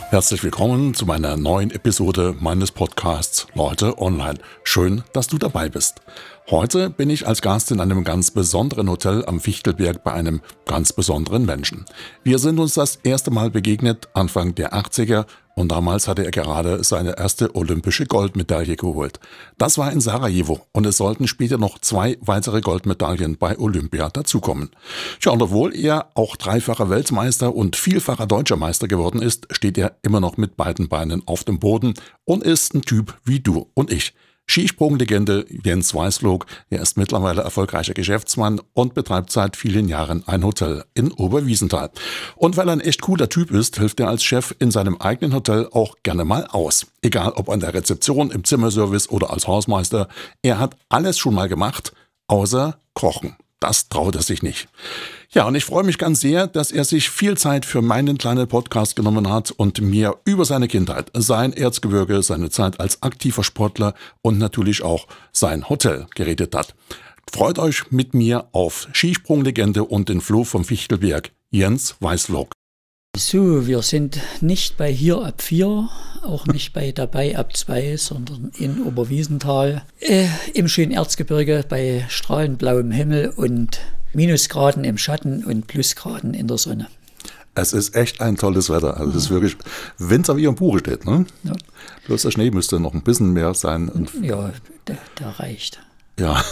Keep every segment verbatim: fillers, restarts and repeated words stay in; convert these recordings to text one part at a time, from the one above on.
Herzlich willkommen zu meiner neuen Episode meines Podcasts Leute Online. Schön, dass du dabei bist. Heute bin ich als Gast in einem ganz besonderen Hotel am Fichtelberg bei einem ganz besonderen Menschen. Wir sind uns das erste Mal begegnet Anfang der achtziger und damals hatte er gerade seine erste olympische Goldmedaille geholt. Das war in Sarajevo und es sollten später noch zwei weitere Goldmedaillen bei Olympia dazukommen. Ja, und obwohl er auch dreifacher Weltmeister und vielfacher deutscher Meister geworden ist, steht er immer noch mit beiden Beinen auf dem Boden und ist ein Typ wie du und ich. Skisprunglegende Jens Weißflog, er ist mittlerweile erfolgreicher Geschäftsmann und betreibt seit vielen Jahren ein Hotel in Oberwiesenthal. Und weil er ein echt cooler Typ ist, hilft er als Chef in seinem eigenen Hotel auch gerne mal aus. Egal ob an der Rezeption, im Zimmerservice oder als Hausmeister, er hat alles schon mal gemacht, außer kochen. Das traut er sich nicht. Ja, und ich freue mich ganz sehr, dass er sich viel Zeit für meinen kleinen Podcast genommen hat und mir über seine Kindheit, sein Erzgebirge, seine Zeit als aktiver Sportler und natürlich auch sein Hotel geredet hat. Freut euch mit mir auf Skisprunglegende und den Floh vom Fichtelberg, Jens Weißflog. So, wir sind nicht bei Hier ab vier, auch nicht bei Dabei ab zwei, sondern in Oberwiesenthal, äh, im schönen Erzgebirge bei strahlend blauem Himmel und Minusgraden im Schatten und Plusgraden in der Sonne. Es ist echt ein tolles Wetter. Also das ist wirklich Winter wie am Buche steht. Ne? Ja. Bloß der Schnee müsste noch ein bisschen mehr sein. Und ja, der, der reicht. Ja.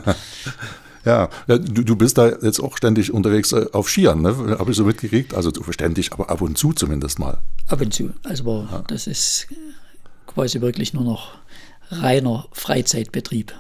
Ja, du, du bist da jetzt auch ständig unterwegs auf Skiern, ne? Habe ich so mitgekriegt. Also ständig, aber ab und zu zumindest mal. Ab und zu. Also ja. Das ist quasi wirklich nur noch reiner Freizeitbetrieb.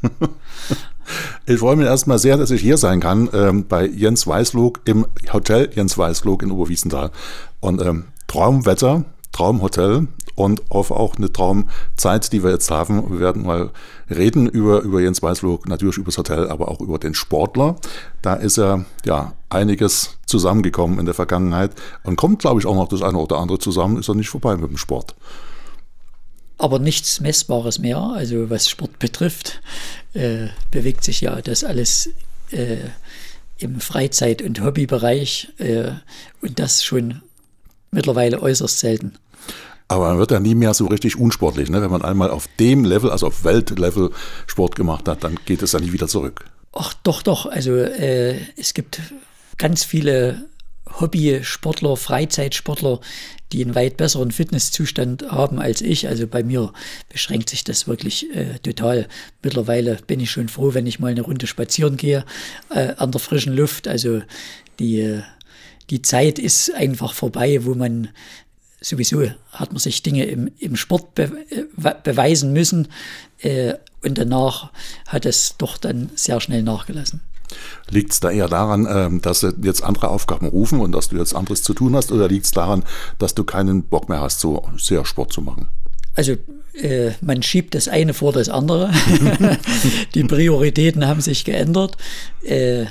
Ich freue mich erstmal sehr, dass ich hier sein kann, ähm, bei Jens Weißflog im Hotel Jens Weißflog in Oberwiesenthal. Und ähm, Traumwetter, Traumhotel und auch eine Traumzeit, die wir jetzt haben. Wir werden mal reden über, über Jens Weißflog, natürlich über das Hotel, aber auch über den Sportler. Da ist ja, ja einiges zusammengekommen in der Vergangenheit und kommt, glaube ich, auch noch das eine oder andere zusammen. Ist er nicht vorbei mit dem Sport. Aber nichts Messbares mehr, also was Sport betrifft, äh, bewegt sich ja das alles äh, im Freizeit- und Hobbybereich äh, und das schon mittlerweile äußerst selten. Aber man wird ja nie mehr so richtig unsportlich, ne? Wenn man einmal auf dem Level, also auf Weltlevel Sport gemacht hat, dann geht es ja nie wieder zurück. Ach doch, doch, also äh, es gibt ganz viele Hobbysportler, Freizeitsportler, die einen weit besseren Fitnesszustand haben als ich. Also bei mir beschränkt sich das wirklich äh, total. Mittlerweile bin ich schon froh, wenn ich mal eine Runde spazieren gehe äh, an der frischen Luft. Also die, die Zeit ist einfach vorbei, wo man sowieso hat man sich Dinge im, im Sport be, äh, beweisen müssen äh, und danach hat es doch dann sehr schnell nachgelassen. Liegt es da eher daran, dass jetzt andere Aufgaben rufen und dass du jetzt anderes zu tun hast, oder liegt es daran, dass du keinen Bock mehr hast, so sehr Sport zu machen? Also äh, man schiebt das eine vor das andere. Die Prioritäten haben sich geändert. Äh,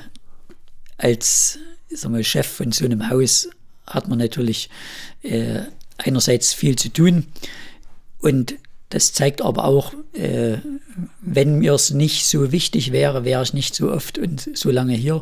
als sagen wir, Chef von so einem Haus hat man natürlich äh, einerseits viel zu tun und das zeigt aber auch, äh, wenn mir es nicht so wichtig wäre, wäre ich nicht so oft und so lange hier.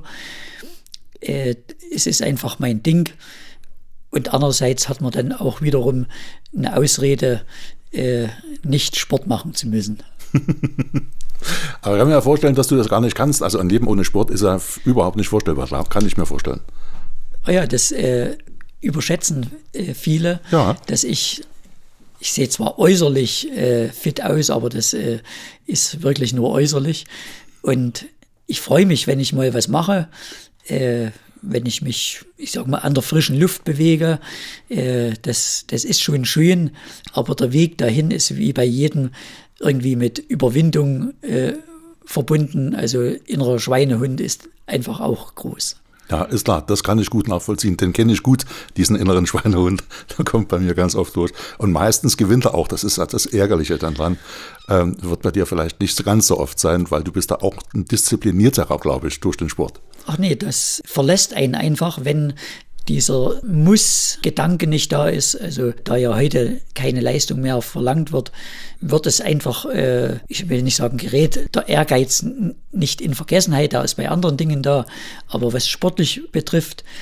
Äh, es ist einfach mein Ding. Und andererseits hat man dann auch wiederum eine Ausrede, äh, nicht Sport machen zu müssen. Aber ich kann mir ja vorstellen, dass du das gar nicht kannst. Also ein Leben ohne Sport ist ja überhaupt nicht vorstellbar. Kann ich mir vorstellen. Oh ja, das äh, überschätzen äh, viele, ja. Dass ich Ich sehe zwar äußerlich äh, fit aus, aber das äh, ist wirklich nur äußerlich. Und ich freue mich, wenn ich mal was mache, äh, wenn ich mich, ich sag mal, an der frischen Luft bewege. Äh, das, das ist schon schön, aber der Weg dahin ist wie bei jedem irgendwie mit Überwindung äh, verbunden. Also innerer Schweinehund ist einfach auch groß. Ja, ist klar, das kann ich gut nachvollziehen. Den kenne ich gut, diesen inneren Schweinehund. Der kommt bei mir ganz oft durch. Und meistens gewinnt er auch, das ist das Ärgerliche dann dran. Ähm, wird bei dir vielleicht nicht ganz so oft sein, weil du bist da auch ein disziplinierterer, glaube ich, durch den Sport. Ach nee, das verlässt einen einfach, wenn dieser Muss-Gedanke nicht da ist. Also da ja heute keine Leistung mehr verlangt wird, wird es einfach, äh, ich will nicht sagen gerät, der Ehrgeiz nicht in Vergessenheit, da ist bei anderen Dingen da. Aber was sportlich betrifft,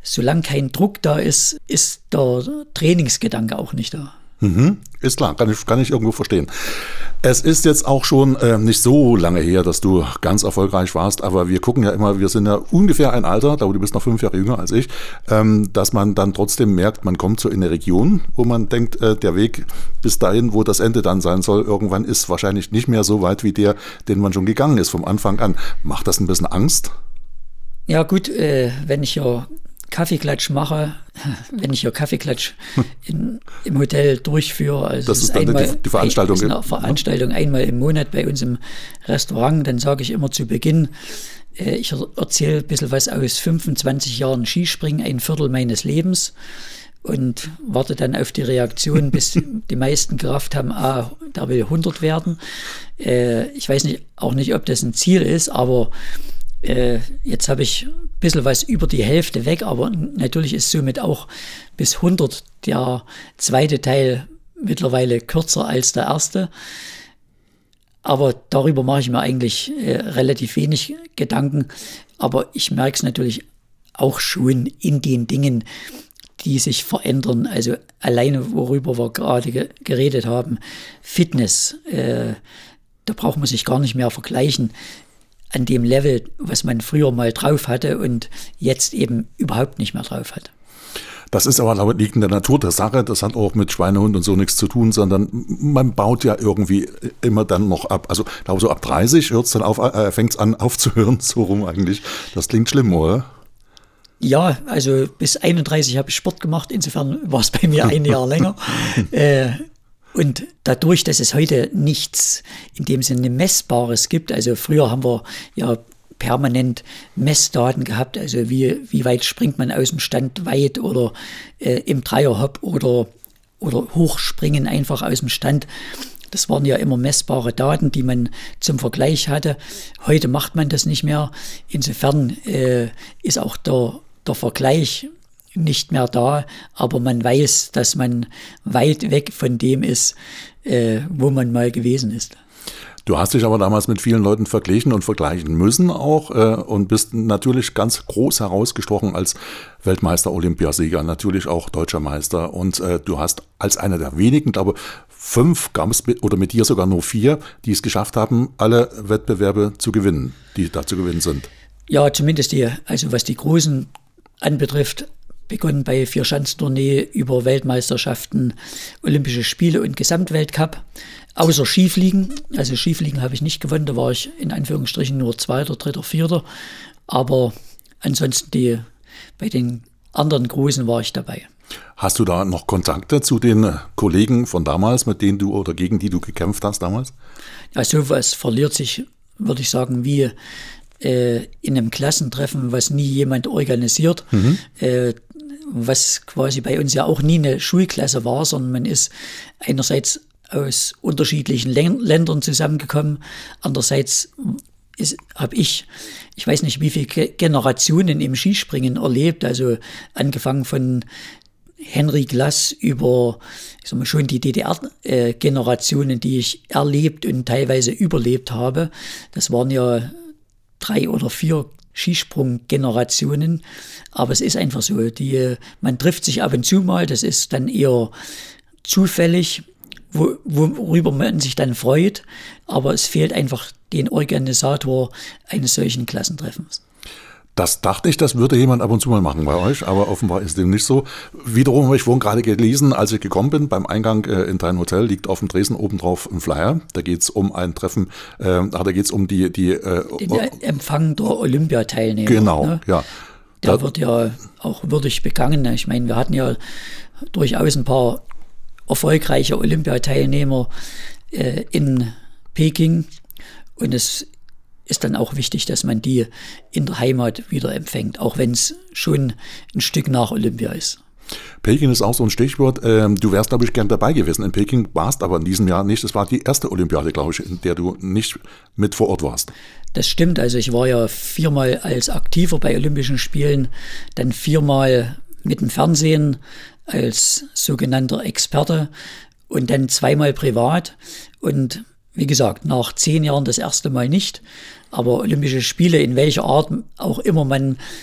solange kein Druck da ist, ist der Trainingsgedanke auch nicht da. Mhm, ist klar, kann ich, kann ich irgendwo verstehen. Es ist jetzt auch schon äh, nicht so lange her, dass du ganz erfolgreich warst, aber wir gucken ja immer, wir sind ja ungefähr ein Alter, ich glaube, du bist noch fünf Jahre jünger als ich, ähm, dass man dann trotzdem merkt, man kommt so in eine Region, wo man denkt, äh, der Weg bis dahin, wo das Ende dann sein soll, irgendwann ist wahrscheinlich nicht mehr so weit wie der, den man schon gegangen ist vom Anfang an. Macht das ein bisschen Angst? Ja gut, äh, wenn ich ja Kaffeeklatsch mache, wenn ich hier Kaffeeklatsch in, im Hotel durchführe. Also das ist dann einmal, die, die Veranstaltung. Das ist eine Veranstaltung einmal im Monat bei uns im Restaurant. Dann sage ich immer zu Beginn, äh, ich erzähle ein bisschen was aus fünfundzwanzig Jahren Skispringen, ein Viertel meines Lebens, und warte dann auf die Reaktion, bis die meisten gerafft haben, ah, der will hundert werden. Äh, ich weiß nicht, auch nicht, ob das ein Ziel ist, aber Äh, jetzt habe ich ein bisschen was über die Hälfte weg, aber natürlich ist somit auch bis hundert der zweite Teil mittlerweile kürzer als der erste. Aber darüber mache ich mir eigentlich äh, relativ wenig Gedanken. Aber ich merke es natürlich auch schon in den Dingen, die sich verändern. Also alleine, worüber wir gerade ge- geredet haben, Fitness, äh, da braucht man sich gar nicht mehr vergleichen an dem Level, was man früher mal drauf hatte und jetzt eben überhaupt nicht mehr drauf hat. Das ist aber laut liegt in der Natur der Sache, das hat auch mit Schweinehund und so nichts zu tun, sondern man baut ja irgendwie immer dann noch ab. Also ich glaube so ab dreißig hört's dann auf, äh, fängt's an aufzuhören, so rum eigentlich. Das klingt schlimm, oder? Ja, also bis einunddreißig habe ich Sport gemacht, insofern war es bei mir ein Jahr länger. äh, Und dadurch, dass es heute nichts in dem Sinne Messbares gibt, also früher haben wir ja permanent Messdaten gehabt, also wie, wie weit springt man aus dem Stand weit oder äh, im Dreierhopp oder, oder Hochspringen einfach aus dem Stand. Das waren ja immer messbare Daten, die man zum Vergleich hatte. Heute macht man das nicht mehr. Insofern äh, ist auch der, der Vergleich nicht mehr da, aber man weiß, dass man weit weg von dem ist, äh, wo man mal gewesen ist. Du hast dich aber damals mit vielen Leuten verglichen und vergleichen müssen auch äh, und bist natürlich ganz groß herausgestochen als Weltmeister, Olympiasieger, natürlich auch Deutscher Meister, und äh, du hast als einer der wenigen, glaube fünf, gab es mit, oder mit dir sogar nur vier, die es geschafft haben, alle Wettbewerbe zu gewinnen, die da zu gewinnen sind. Ja, zumindest die, also was die Großen anbetrifft, begonnen bei Vierschanzentournee über Weltmeisterschaften, Olympische Spiele und Gesamtweltcup. Außer Skifliegen, also Skifliegen habe ich nicht gewonnen, da war ich in Anführungsstrichen nur Zweiter, Dritter, Vierter. Aber ansonsten die, bei den anderen Großen war ich dabei. Hast du da noch Kontakte zu den Kollegen von damals, mit denen du oder gegen die du gekämpft hast damals? Ja, sowas verliert sich, würde ich sagen, wie äh, in einem Klassentreffen, was nie jemand organisiert. Mhm. Äh, was quasi bei uns ja auch nie eine Schulklasse war, sondern man ist einerseits aus unterschiedlichen Ländern zusammengekommen, andererseits habe ich, ich weiß nicht, wie viele Generationen im Skispringen erlebt, also angefangen von Henry Glass über, ich sag mal, schon die D D R-Generationen, die ich erlebt und teilweise überlebt habe. Das waren ja drei oder vier Skisprung-Generationen, aber es ist einfach so, die, man trifft sich ab und zu mal, das ist dann eher zufällig, wo, worüber man sich dann freut, aber es fehlt einfach den Organisator eines solchen Klassentreffens. Das dachte ich, das würde jemand ab und zu mal machen bei euch, aber offenbar ist dem nicht so. Wiederum habe ich vorhin gerade gelesen, als ich gekommen bin, beim Eingang äh, in dein Hotel liegt auf dem Tresen obendrauf ein Flyer. Da geht es um ein Treffen, äh, da geht es um die... die äh, Den Empfang der Olympiateilnehmer. Genau, ne? ja. Der da, wird ja auch würdig begangen. Ich meine, wir hatten ja durchaus ein paar erfolgreiche Olympiateilnehmer äh, in Peking, und es ist dann auch wichtig, dass man die in der Heimat wieder empfängt, auch wenn es schon ein Stück nach Olympia ist. Peking ist auch so ein Stichwort. Du wärst, glaube ich, gern dabei gewesen in Peking, warst aber in diesem Jahr nicht. Es war die erste Olympiade, glaube ich, in der du nicht mit vor Ort warst. Das stimmt. Also ich war ja viermal als Aktiver bei Olympischen Spielen, dann viermal mit dem Fernsehen als sogenannter Experte und dann zweimal privat. Und wie gesagt, nach zehn Jahren das erste Mal nicht. Aber Olympische Spiele, in welcher Art auch immer man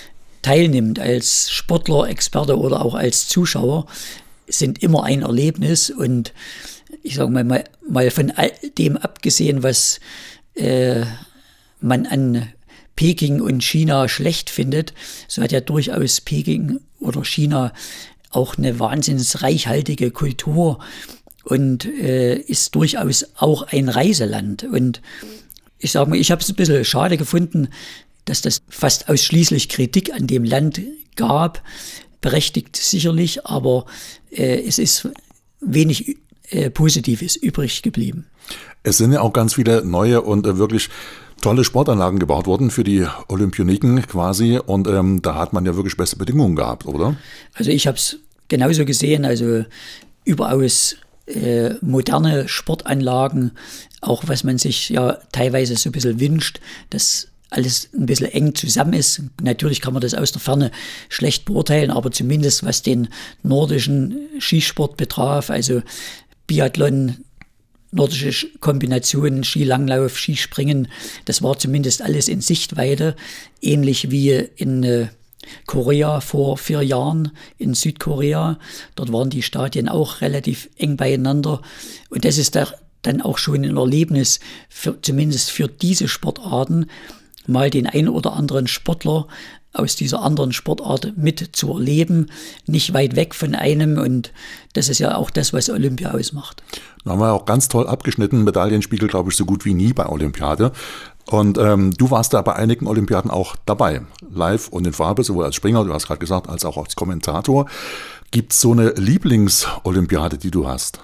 teilnimmt, als Sportler, Experte oder auch als Zuschauer, sind immer ein Erlebnis. Und ich sage mal, mal, mal von all dem abgesehen, was äh, man an Peking und China schlecht findet, so hat ja durchaus Peking oder China auch eine wahnsinnig reichhaltige Kultur und äh, ist durchaus auch ein Reiseland. Und ich sage mal, ich habe es ein bisschen schade gefunden, dass das fast ausschließlich Kritik an dem Land gab, berechtigt sicherlich, aber äh, es ist wenig äh, Positives übrig geblieben. Es sind ja auch ganz viele neue und äh, wirklich tolle Sportanlagen gebaut worden für die Olympioniken quasi, und ähm, da hat man ja wirklich beste Bedingungen gehabt, oder? Also ich habe es genauso gesehen, also überaus äh, moderne Sportanlagen, auch was man sich ja teilweise so ein bisschen wünscht, dass alles ein bisschen eng zusammen ist. Natürlich kann man das aus der Ferne schlecht beurteilen, aber zumindest was den nordischen Skisport betraf, also Biathlon, nordische Kombinationen, Skilanglauf, Skispringen, das war zumindest alles in Sichtweite, ähnlich wie in äh, Korea vor vier Jahren, in Südkorea. Dort waren die Stadien auch relativ eng beieinander, und das ist da dann auch schon ein Erlebnis, für, zumindest für diese Sportarten, mal den ein oder anderen Sportler aus dieser anderen Sportart mit zu erleben, nicht weit weg von einem, und das ist ja auch das, was Olympia ausmacht. Da haben wir auch ganz toll abgeschnitten, Medaillenspiegel, glaube ich, so gut wie nie bei Olympiade. Und ähm, du warst da bei einigen Olympiaden auch dabei, live und in Farbe, sowohl als Springer, du hast gerade gesagt, als auch als Kommentator. Gibt es so eine Lieblingsolympiade, die du hast?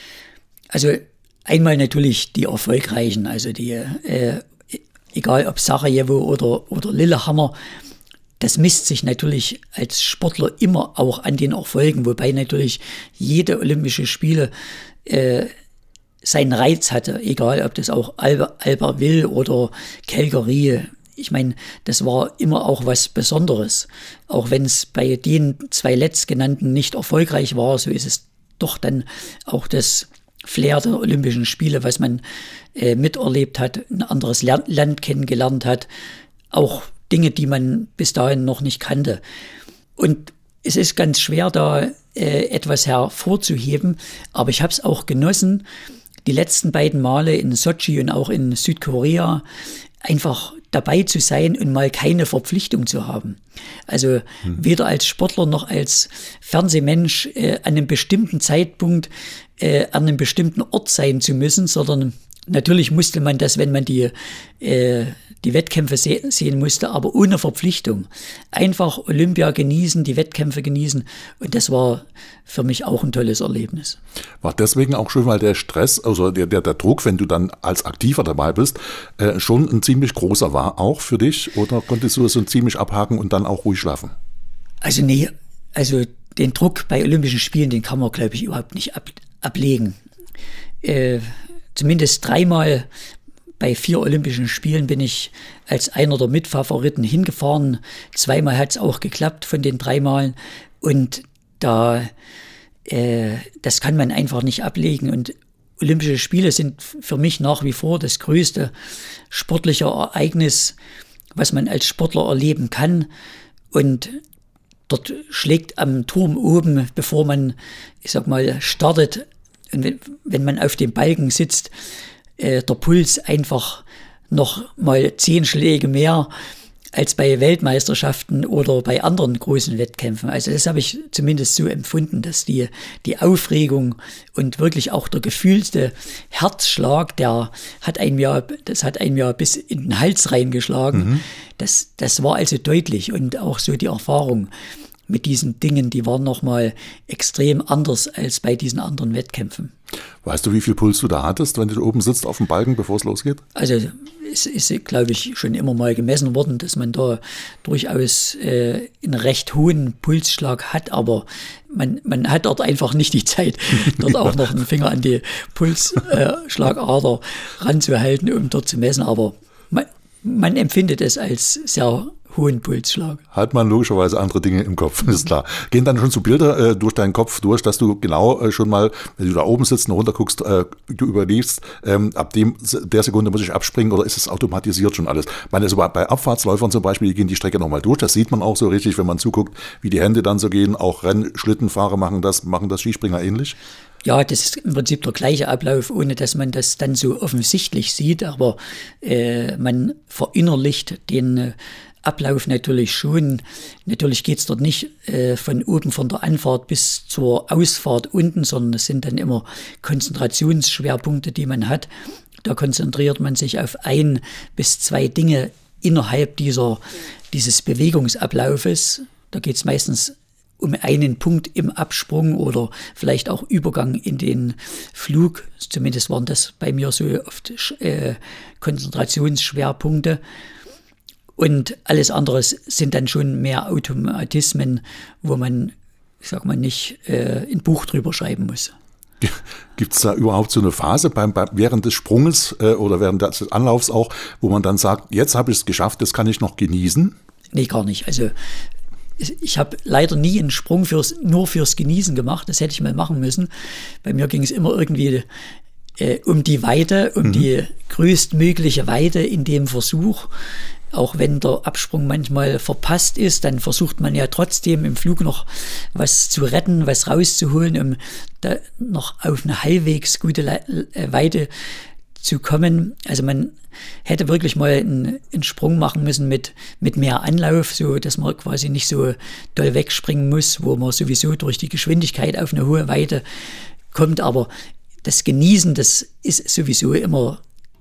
Also einmal natürlich die erfolgreichen, also die, äh, egal ob Sarajevo oder, oder Lillehammer, das misst sich natürlich als Sportler immer auch an den Erfolgen, wobei natürlich jede Olympische Spiele äh, seinen Reiz hatte, egal ob das auch Alba, Albertville oder Calgary. Ich meine, das war immer auch was Besonderes. Auch wenn es bei den zwei letztgenannten nicht erfolgreich war, so ist es doch dann auch das Flair der Olympischen Spiele, was man äh, miterlebt hat, ein anderes Land kennengelernt hat, auch Dinge, die man bis dahin noch nicht kannte. Und es ist ganz schwer, da äh, etwas hervorzuheben, aber ich habe es auch genossen, die letzten beiden Male in Sochi und auch in Südkorea einfach dabei zu sein und mal keine Verpflichtung zu haben. Also hm. weder als Sportler noch als Fernsehmensch äh, an einem bestimmten Zeitpunkt äh, an einem bestimmten Ort sein zu müssen, sondern natürlich musste man das, wenn man die, äh, die Wettkämpfe se- sehen musste, aber ohne Verpflichtung. Einfach Olympia genießen, die Wettkämpfe genießen, und das war für mich auch ein tolles Erlebnis. War deswegen auch schön, weil der Stress, also der, der, der Druck, wenn du dann als Aktiver dabei bist, äh, schon ein ziemlich großer war, auch für dich? Oder konntest du das so ziemlich abhaken und dann auch ruhig schlafen? Also nee, also den Druck bei Olympischen Spielen, den kann man, glaube ich, überhaupt nicht ab, ablegen. Äh, zumindest dreimal bei vier Olympischen Spielen bin ich als einer der Mitfavoriten hingefahren. Zweimal hat es auch geklappt von den drei Malen. Und da, äh, das kann man einfach nicht ablegen. Und Olympische Spiele sind für mich nach wie vor das größte sportliche Ereignis, was man als Sportler erleben kann. Und dort schlägt am Turm oben, bevor man, ich sag mal, startet, und wenn, wenn man auf dem Balken sitzt, äh, der Puls einfach noch mal zehn Schläge mehr als bei Weltmeisterschaften oder bei anderen großen Wettkämpfen. Also das habe ich zumindest so empfunden, dass die, die Aufregung und wirklich auch der gefühlte Herzschlag, der hat einem ja, das hat einem ja bis in den Hals reingeschlagen. Mhm. Das, das war also deutlich, und auch so die Erfahrung mit diesen Dingen, die waren nochmal extrem anders als bei diesen anderen Wettkämpfen. Weißt du, wie viel Puls du da hattest, wenn du da oben sitzt auf dem Balken, bevor es losgeht? Also es ist, glaube ich, schon immer mal gemessen worden, dass man da durchaus äh, einen recht hohen Pulsschlag hat, aber man, man hat dort einfach nicht die Zeit, dort ja. auch noch einen Finger an die Pulsschlagader ranzuhalten, um dort zu messen, aber man, man empfindet es als sehr hohen Pulsschlag. Hat man logischerweise andere Dinge im Kopf, ist klar. Gehen dann schon so Bilder äh, durch deinen Kopf durch, dass du genau äh, schon mal, wenn du da oben sitzt und runter guckst, äh, du überlegst, ähm, ab dem der Sekunde muss ich abspringen oder ist es automatisiert schon alles? Ich meine, also bei, bei Abfahrtsläufern zum Beispiel, die gehen die Strecke nochmal durch, das sieht man auch so richtig, wenn man zuguckt, wie die Hände dann so gehen. Auch Rennschlittenfahrer machen das, machen das Skispringer ähnlich? Ja, das ist im Prinzip der gleiche Ablauf, ohne dass man das dann so offensichtlich sieht, aber äh, man verinnerlicht den äh, Ablauf natürlich schon. Natürlich geht es dort nicht äh, von oben von der Anfahrt bis zur Ausfahrt unten, sondern es sind dann immer Konzentrationsschwerpunkte, die man hat. Da konzentriert man sich auf ein bis zwei Dinge innerhalb dieser, dieses Bewegungsablaufes. Da geht es meistens um einen Punkt im Absprung oder vielleicht auch Übergang in den Flug. Zumindest waren das bei mir so oft äh, Konzentrationsschwerpunkte. Und alles andere sind dann schon mehr Automatismen, wo man, ich sag mal, nicht äh, ein Buch drüber schreiben muss. Gibt es da überhaupt so eine Phase beim, beim, während des Sprunges äh, oder während des Anlaufs auch, wo man dann sagt, jetzt habe ich es geschafft, das kann ich noch genießen? Nee, gar nicht. Also ich habe leider nie einen Sprung fürs, nur fürs Genießen gemacht. Das hätte ich mal machen müssen. Bei mir ging es immer irgendwie äh, um die Weite, um mhm. die größtmögliche Weite in dem Versuch. Auch wenn der Absprung manchmal verpasst ist, dann versucht man ja trotzdem im Flug noch was zu retten, was rauszuholen, um da noch auf eine halbwegs gute Le- Weite zu kommen. Also man hätte wirklich mal einen, einen Sprung machen müssen mit, mit mehr Anlauf, so dass man quasi nicht so doll wegspringen muss, wo man sowieso durch die Geschwindigkeit auf eine hohe Weite kommt. Aber das Genießen, das ist sowieso immer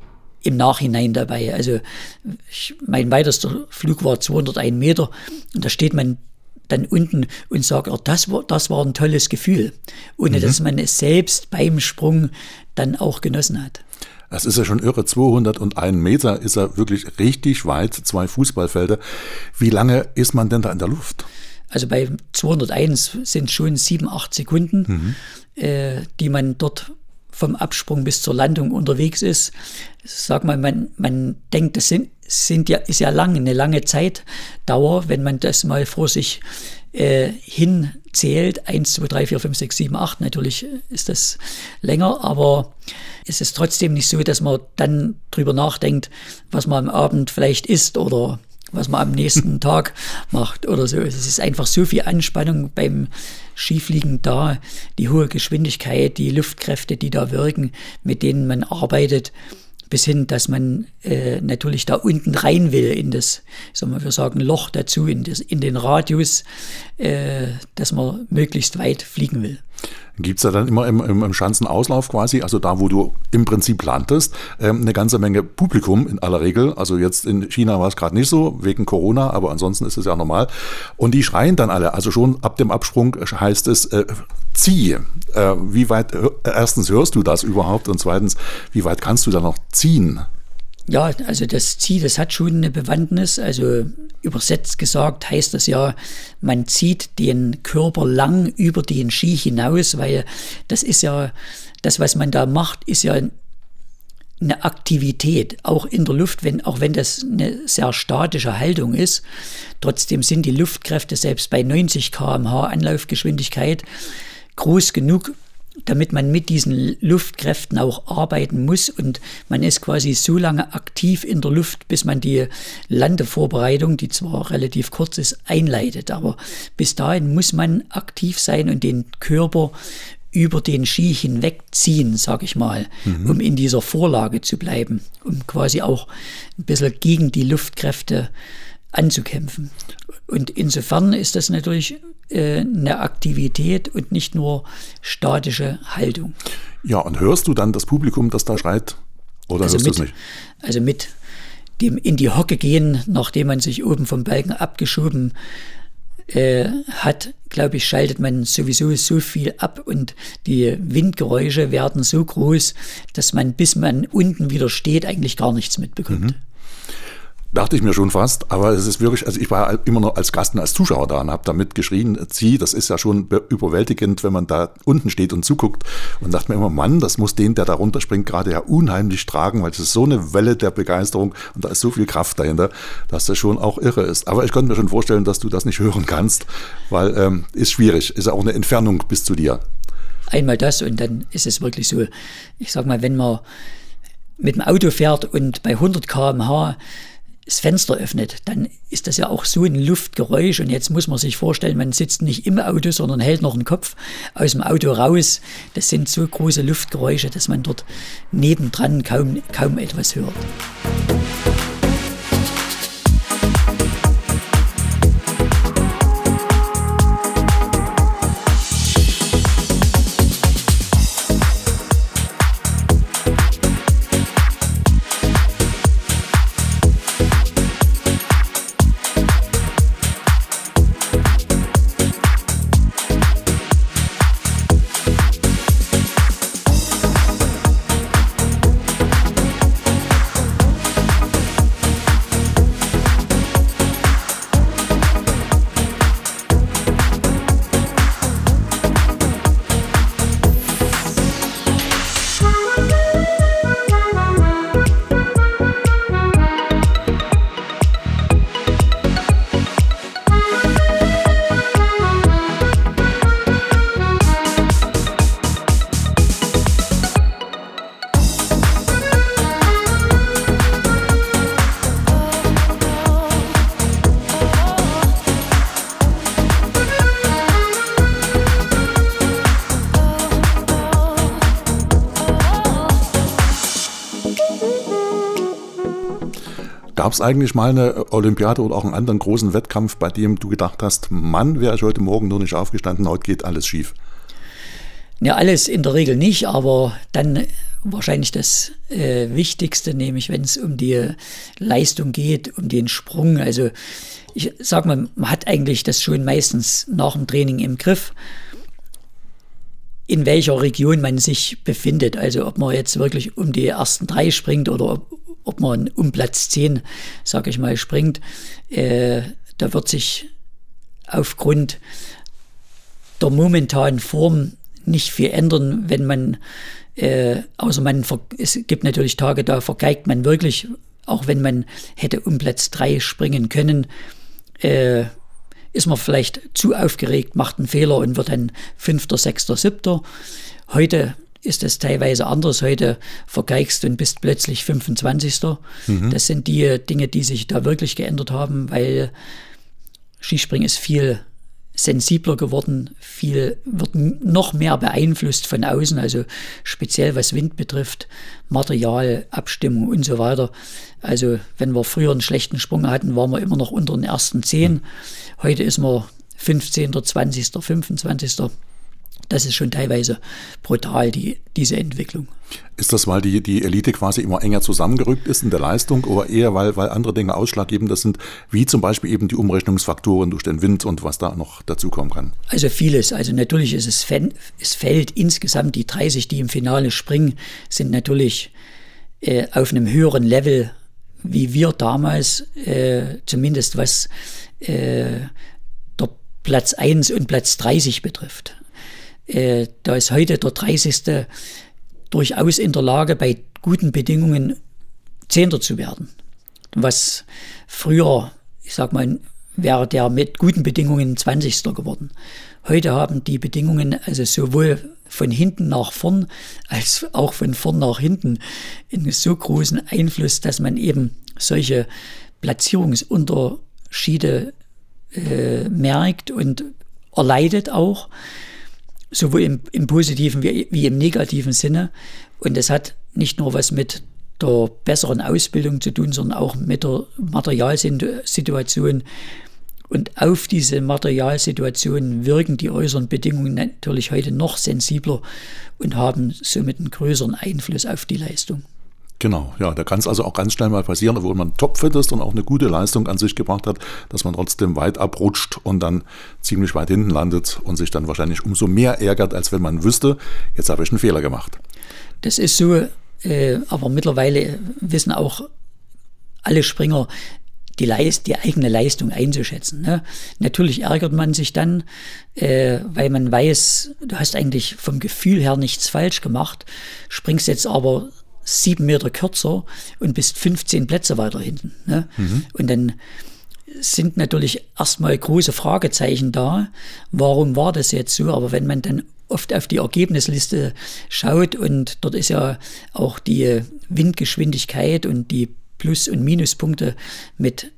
im Nachhinein dabei. Also ich, mein weitester Flug war zweihunderteins Meter und da steht man dann unten und sagt, oh, das war, das war ein tolles Gefühl, ohne mhm. dass man es selbst beim Sprung dann auch genossen hat. Das ist ja schon irre, zweihunderteins Meter ist ja wirklich richtig weit, zwei Fußballfelder. Wie lange ist man denn da in der Luft? Also bei zweihunderteins sind schon sieben, acht Sekunden, mhm. äh, die man dort vom Absprung bis zur Landung unterwegs ist. Sag mal, man, man denkt, das sind, sind ja, ist ja lang, eine lange Zeitdauer, wenn man das mal vor sich äh, hinzählt. eins, zwei, drei, vier, fünf, sechs, sieben, acht. Natürlich ist das länger, aber es ist trotzdem nicht so, dass man dann drüber nachdenkt, was man am Abend vielleicht isst oder was man am nächsten Tag macht oder so. Es ist einfach so viel Anspannung beim Skifliegen da, die hohe Geschwindigkeit, die Luftkräfte, die da wirken, mit denen man arbeitet, bis hin, dass man äh, natürlich da unten rein will in das, sagen wir, wir sagen Loch dazu, in, das, in den Radius, äh, dass man möglichst weit fliegen will. Gibt es da dann immer im, im, im Schanzenauslauf quasi, also da, wo du im Prinzip landest, ähm, eine ganze Menge Publikum in aller Regel. Also jetzt in China war es gerade nicht so, wegen Corona, aber ansonsten ist es ja normal. Und die schreien dann alle, also schon ab dem Absprung heißt es, äh, zieh. Äh, wie weit, äh, erstens hörst du das überhaupt und zweitens, wie weit kannst du da noch ziehen? Ja, also das Zieh, das hat schon eine Bewandtnis. Also übersetzt gesagt heißt das ja, man zieht den Körper lang über den Ski hinaus, weil das ist ja, das, was man da macht, ist ja eine Aktivität, auch in der Luft, wenn, auch wenn das eine sehr statische Haltung ist. Trotzdem sind die Luftkräfte selbst bei neunzig Kilometer pro Stunde Anlaufgeschwindigkeit groß genug, damit man mit diesen Luftkräften auch arbeiten muss und man ist quasi so lange aktiv in der Luft, bis man die Landevorbereitung, die zwar relativ kurz ist, einleitet. Aber bis dahin muss man aktiv sein und den Körper über den Ski hinwegziehen, sag ich mal, mhm. um in dieser Vorlage zu bleiben, um quasi auch ein bisschen gegen die Luftkräfte anzukämpfen. Und insofern ist das natürlich äh, eine Aktivität und nicht nur statische Haltung. Ja, und hörst du dann das Publikum, das da schreit? Oder also hörst du mit, es nicht? Also mit dem in die Hocke gehen, nachdem man sich oben vom Balken abgeschoben äh, hat, glaube ich, schaltet man sowieso so viel ab und die Windgeräusche werden so groß, dass man, bis man unten wieder steht, eigentlich gar nichts mitbekommt. Mhm. Dachte ich mir schon fast, aber es ist wirklich, also ich war immer noch als Gast und als Zuschauer da und habe damit geschrien, zieh, das ist ja schon überwältigend, wenn man da unten steht und zuguckt und dachte mir immer, Mann, das muss den, der da runterspringt, gerade ja unheimlich tragen, weil es ist so eine Welle der Begeisterung und da ist so viel Kraft dahinter, dass das schon auch irre ist. Aber ich könnte mir schon vorstellen, dass du das nicht hören kannst, weil ähm, ist schwierig, ist ja auch eine Entfernung bis zu dir. Einmal das und dann ist es wirklich so, ich sag mal, wenn man mit dem Auto fährt und bei hundert Kilometer pro Stunde das Fenster öffnet, dann ist das ja auch so ein Luftgeräusch und jetzt muss man sich vorstellen, man sitzt nicht im Auto, sondern hält noch den Kopf aus dem Auto raus. Das sind so große Luftgeräusche, dass man dort nebendran kaum, kaum etwas hört. Gab es eigentlich mal eine Olympiade oder auch einen anderen großen Wettkampf, bei dem du gedacht hast, Mann, wäre ich heute Morgen nur nicht aufgestanden, heute geht alles schief? Ja, alles in der Regel nicht, aber dann wahrscheinlich das äh, Wichtigste, nämlich wenn es um die Leistung geht, um den Sprung. Also ich sag mal, man hat eigentlich das schon meistens nach dem Training im Griff, in welcher Region man sich befindet. Also ob man jetzt wirklich um die ersten drei springt oder ob, ob man um Platz zehn, sag ich mal, springt. Äh, da wird sich aufgrund der momentanen Form nicht viel ändern, wenn man, äh, außer man, es gibt natürlich Tage, da vergeigt man wirklich, auch wenn man hätte um Platz drei springen können, äh, ist man vielleicht zu aufgeregt, macht einen Fehler und wird dann Fünfter, Sechster, Siebter. Heute ist es teilweise anders. Heute vergeigst du und bist plötzlich fünfundzwanzigster. Mhm. Das sind die Dinge, die sich da wirklich geändert haben, weil Skispringen ist viel sensibler geworden, viel wird noch mehr beeinflusst von außen, also speziell was Wind betrifft, Material, Abstimmung und so weiter. Also wenn wir früher einen schlechten Sprung hatten, waren wir immer noch unter den ersten zehn. Heute ist man fünfzehnter, zwanzigster, fünfundzwanzigster. Das ist schon teilweise brutal, die, diese Entwicklung. Ist das, weil die, die Elite quasi immer enger zusammengerückt ist in der Leistung oder eher, weil, weil andere Dinge ausschlaggebend sind, wie zum Beispiel eben die Umrechnungsfaktoren durch den Wind und was da noch dazukommen kann? Also vieles. Also natürlich ist es, es fällt insgesamt die dreißig, die im Finale springen, sind natürlich äh, auf einem höheren Level, wie wir damals, äh, zumindest was äh, der Platz eins und Platz dreißig betrifft. Äh, da ist heute der dreißigste durchaus in der Lage, bei guten Bedingungen Zehnter zu werden. Was früher, ich sag mal, wäre der mit guten Bedingungen zwanzigster geworden. Heute haben die Bedingungen also sowohl von hinten nach vorn als auch von vorn nach hinten einen so großen Einfluss, dass man eben solche Platzierungsunterschiede äh, merkt und erleidet auch. Sowohl im, im positiven wie, wie im negativen Sinne. Und es hat nicht nur was mit der besseren Ausbildung zu tun, sondern auch mit der Materialsituation. Und auf diese Materialsituation wirken die äußeren Bedingungen natürlich heute noch sensibler und haben somit einen größeren Einfluss auf die Leistung. Genau, ja, da kann es also auch ganz schnell mal passieren, obwohl man topfit ist und auch eine gute Leistung an sich gebracht hat, dass man trotzdem weit abrutscht und dann ziemlich weit hinten landet und sich dann wahrscheinlich umso mehr ärgert, als wenn man wüsste, jetzt habe ich einen Fehler gemacht. Das ist so, äh, aber mittlerweile wissen auch alle Springer, die, Leist, die eigene Leistung einzuschätzen. Ne? Natürlich ärgert man sich dann, äh, weil man weiß, du hast eigentlich vom Gefühl her nichts falsch gemacht, springst jetzt aber sieben Meter kürzer und bist fünfzehn Plätze weiter hinten. Ne? Mhm. Und dann sind natürlich erstmal große Fragezeichen da. Warum war das jetzt so? Aber wenn man dann oft auf die Ergebnisliste schaut und dort ist ja auch die Windgeschwindigkeit und die Plus- und Minuspunkte mit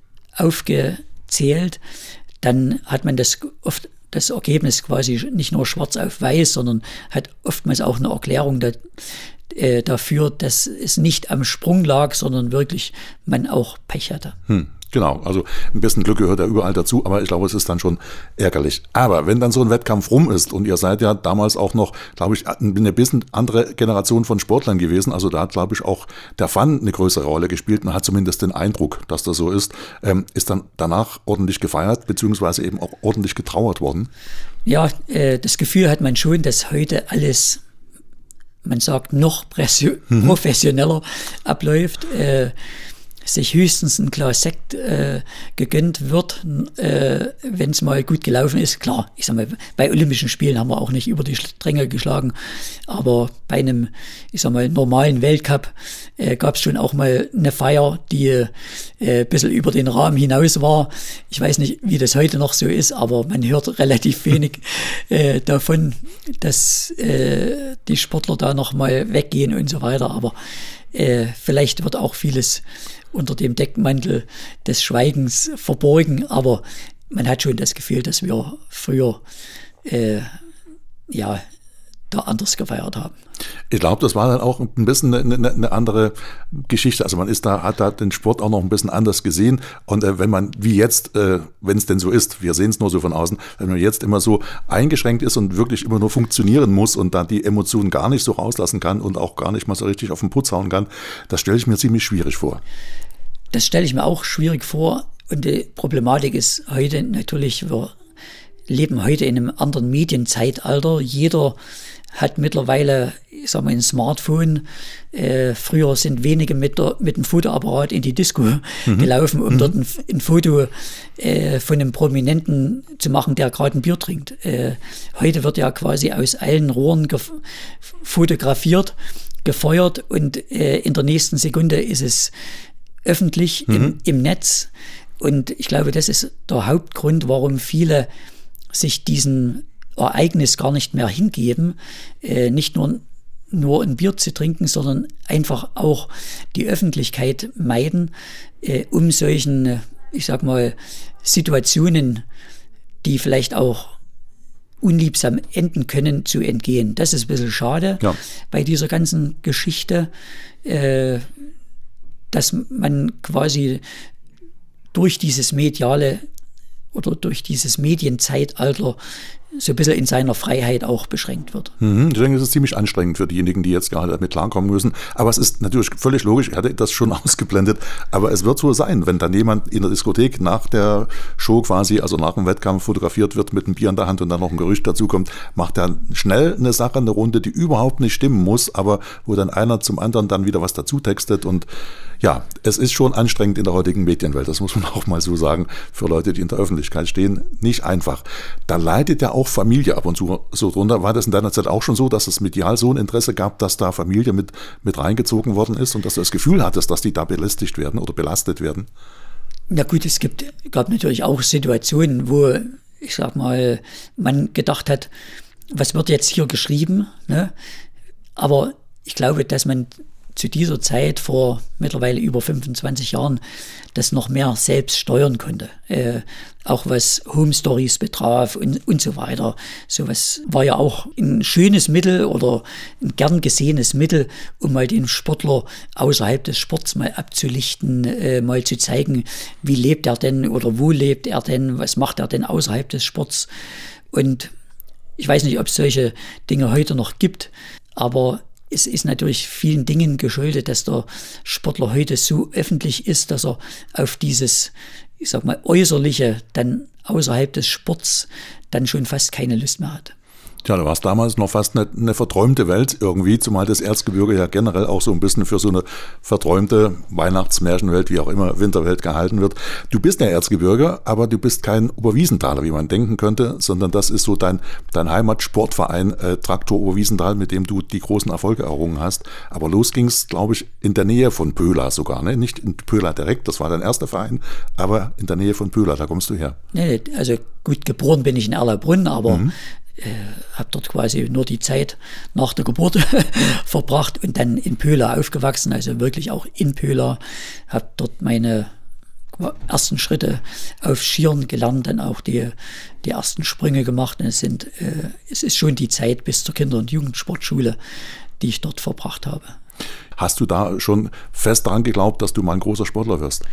aufgezählt, dann hat man das oft das Ergebnis quasi nicht nur schwarz auf weiß, sondern hat oftmals auch eine Erklärung da, äh, dafür, dass es nicht am Sprung lag, sondern wirklich man auch Pech hatte. Hm. Genau, also ein bisschen Glück gehört ja überall dazu, aber ich glaube, es ist dann schon ärgerlich. Aber wenn dann so ein Wettkampf rum ist und ihr seid ja damals auch noch, glaube ich, eine bisschen andere Generation von Sportlern gewesen, also da hat, glaube ich, auch der Fun eine größere Rolle gespielt. Man hat zumindest den Eindruck, dass das so ist. Ähm, ist dann danach ordentlich gefeiert, beziehungsweise eben auch ordentlich getrauert worden? Ja, äh, das Gefühl hat man schon, dass heute alles, man sagt, noch mhm. professioneller abläuft. Äh, sich höchstens ein Glas Sekt äh, gegönnt wird, äh, wenn es mal gut gelaufen ist. Klar, ich sag mal, bei Olympischen Spielen haben wir auch nicht über die Stränge geschlagen, aber bei einem, ich sag mal, normalen Weltcup äh, gab es schon auch mal eine Feier, die äh, ein bisschen über den Rahmen hinaus war. Ich weiß nicht, wie das heute noch so ist, aber man hört relativ wenig äh, davon, dass äh, die Sportler da noch mal weggehen und so weiter, aber äh, vielleicht wird auch vieles unter dem Deckmantel des Schweigens verborgen, aber man hat schon das Gefühl, dass wir früher äh, ja da anders gefeiert haben. Ich glaube, das war dann auch ein bisschen eine, eine, eine andere Geschichte. Also man ist da, hat da den Sport auch noch ein bisschen anders gesehen. Und äh, wenn man, wie jetzt, äh, wenn es denn so ist, wir sehen es nur so von außen, wenn man jetzt immer so eingeschränkt ist und wirklich immer nur funktionieren muss und da die Emotionen gar nicht so rauslassen kann und auch gar nicht mal so richtig auf den Putz hauen kann, das stelle ich mir ziemlich schwierig vor. Das stelle ich mir auch schwierig vor. Und die Problematik ist heute natürlich, wir leben heute in einem anderen Medienzeitalter. Jeder hat mittlerweile, ich sag mal, ein Smartphone. Äh, früher sind wenige mit, der, mit dem Fotoapparat in die Disco mhm. gelaufen, um mhm. dort ein, ein Foto äh, von einem Prominenten zu machen, der gerade ein Bier trinkt. Äh, heute wird ja quasi aus allen Rohren gef- fotografiert, gefeuert und äh, in der nächsten Sekunde ist es öffentlich mhm. im, im Netz. Und ich glaube, das ist der Hauptgrund, warum viele sich diesen Ereignis gar nicht mehr hingeben, äh, nicht nur, nur ein Bier zu trinken, sondern einfach auch die Öffentlichkeit meiden, äh, um solchen, ich sag mal, Situationen, die vielleicht auch unliebsam enden können, zu entgehen. Das ist ein bisschen schade ja. bei dieser ganzen Geschichte, äh, dass man quasi durch dieses mediale oder durch dieses Medienzeitalter so ein bisschen in seiner Freiheit auch beschränkt wird. Mhm, ich denke, es ist ziemlich anstrengend für diejenigen, die jetzt gerade damit klarkommen müssen. Aber es ist natürlich völlig logisch, ich hatte das schon ausgeblendet, aber es wird so sein, wenn dann jemand in der Diskothek nach der Show quasi, also nach dem Wettkampf fotografiert wird mit einem Bier in der Hand und dann noch ein Gerücht dazu kommt, macht er schnell eine Sache, eine Runde, die überhaupt nicht stimmen muss, aber wo dann einer zum anderen dann wieder was dazu textet und ja, es ist schon anstrengend in der heutigen Medienwelt, das muss man auch mal so sagen, für Leute, die in der Öffentlichkeit stehen, nicht einfach. Da leidet ja auch Familie ab und zu so drunter. War das in deiner Zeit auch schon so, dass es medial so ein Interesse gab, dass da Familie mit, mit reingezogen worden ist und dass du das Gefühl hattest, dass die da belästigt werden oder belastet werden? Na gut, es gibt, gab natürlich auch Situationen, wo, ich sag mal, man gedacht hat, was wird jetzt hier geschrieben? Ne? Aber ich glaube, dass man zu dieser Zeit vor mittlerweile über fünfundzwanzig Jahren das noch mehr selbst steuern konnte. Äh, auch was Home Stories betraf und, und so weiter. Sowas war ja auch ein schönes Mittel oder ein gern gesehenes Mittel, um mal den Sportler außerhalb des Sports mal abzulichten, äh, mal zu zeigen, wie lebt er denn oder wo lebt er denn, was macht er denn außerhalb des Sports. Und ich weiß nicht, ob es solche Dinge heute noch gibt, aber es ist natürlich vielen Dingen geschuldet, dass der Sportler heute so öffentlich ist, dass er auf dieses, ich sag mal, Äußerliche dann außerhalb des Sports dann schon fast keine Lust mehr hat. Tja, da war es damals noch fast eine, eine verträumte Welt irgendwie, zumal das Erzgebirge ja generell auch so ein bisschen für so eine verträumte Weihnachtsmärchenwelt, wie auch immer, Winterwelt gehalten wird. Du bist der Erzgebirge, aber du bist kein Oberwiesenthaler, wie man denken könnte, sondern das ist so dein, dein Heimatsportverein äh, Traktor Oberwiesenthal, mit dem du die großen Erfolge errungen hast. Aber los ging es, glaube ich, in der Nähe von Pöhla sogar, ne? Nicht in Pöhla direkt, das war dein erster Verein, aber in der Nähe von Pöhla, da kommst du her. Nee, also gut, geboren bin ich in Erlabrunn, aber Mhm. Äh, habe dort quasi nur die Zeit nach der Geburt verbracht und dann in Pöhla aufgewachsen, also wirklich auch in Pöhla, habe dort meine ersten Schritte auf Skiern gelernt, dann auch die, die ersten Sprünge gemacht und es, sind, äh, es ist schon die Zeit bis zur Kinder- und Jugendsportschule, die ich dort verbracht habe. Hast du da schon fest daran geglaubt, dass du mal ein großer Sportler wirst?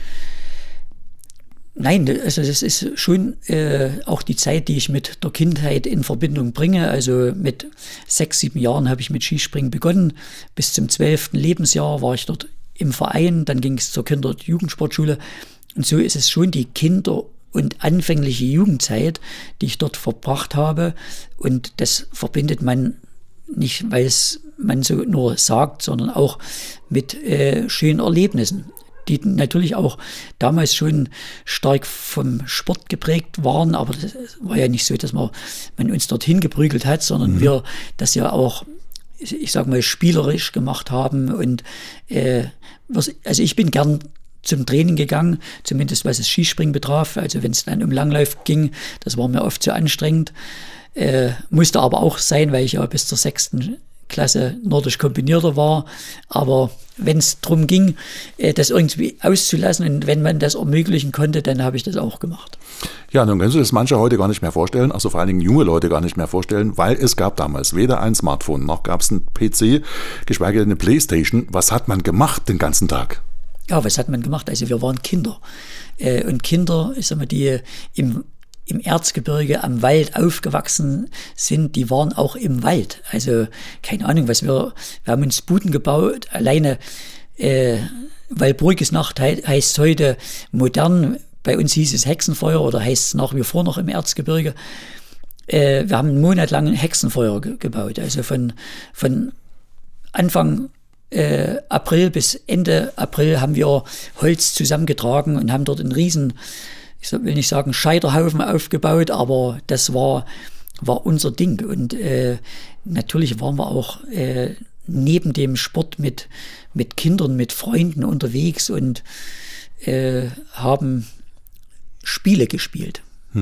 Nein, also das ist schon äh, auch die Zeit, die ich mit der Kindheit in Verbindung bringe. Also mit sechs, sieben Jahren habe ich mit Skispringen begonnen. Bis zum zwölften Lebensjahr war ich dort im Verein. Dann ging es zur Kinder- und Jugendsportschule. Und so ist es schon die Kinder- und anfängliche Jugendzeit, die ich dort verbracht habe. Und das verbindet man nicht, weil es man so nur sagt, sondern auch mit äh, schönen Erlebnissen, die natürlich auch damals schon stark vom Sport geprägt waren, aber das war ja nicht so, dass man, man uns dorthin geprügelt hat, sondern mhm. wir das ja auch, ich sag mal, spielerisch gemacht haben und äh, was, also ich bin gern zum Training gegangen, zumindest was das Skispringen betraf, also wenn es dann um Langlauf ging, das war mir oft zu anstrengend, äh, musste aber auch sein, weil ich ja bis zur sechsten Klasse nordisch kombinierter war, aber wenn es darum ging, das irgendwie auszulassen und wenn man das ermöglichen konnte, dann habe ich das auch gemacht. Ja, nun können sich das manche heute gar nicht mehr vorstellen, also vor allen Dingen junge Leute gar nicht mehr vorstellen, weil es gab damals weder ein Smartphone, noch gab es einen P C, geschweige denn eine Playstation. Was hat man gemacht den ganzen Tag? Ja, was hat man gemacht? Also wir waren Kinder und Kinder, ich sag mal, die im im Erzgebirge am Wald aufgewachsen sind, die waren auch im Wald. Also keine Ahnung, was wir, wir haben uns Buden gebaut, alleine äh, Walpurgisnacht he, heißt heute modern, bei uns hieß es Hexenfeuer oder heißt es nach wie vor noch im Erzgebirge. Äh, wir haben einen Monat lang ein Hexenfeuer ge, gebaut, also von, von Anfang äh, April bis Ende April haben wir Holz zusammengetragen und haben dort einen riesen, ich will nicht sagen Scheiterhaufen aufgebaut, aber das war, war unser Ding. Und äh, natürlich waren wir auch äh, neben dem Sport mit, mit Kindern, mit Freunden unterwegs und äh, haben Spiele gespielt.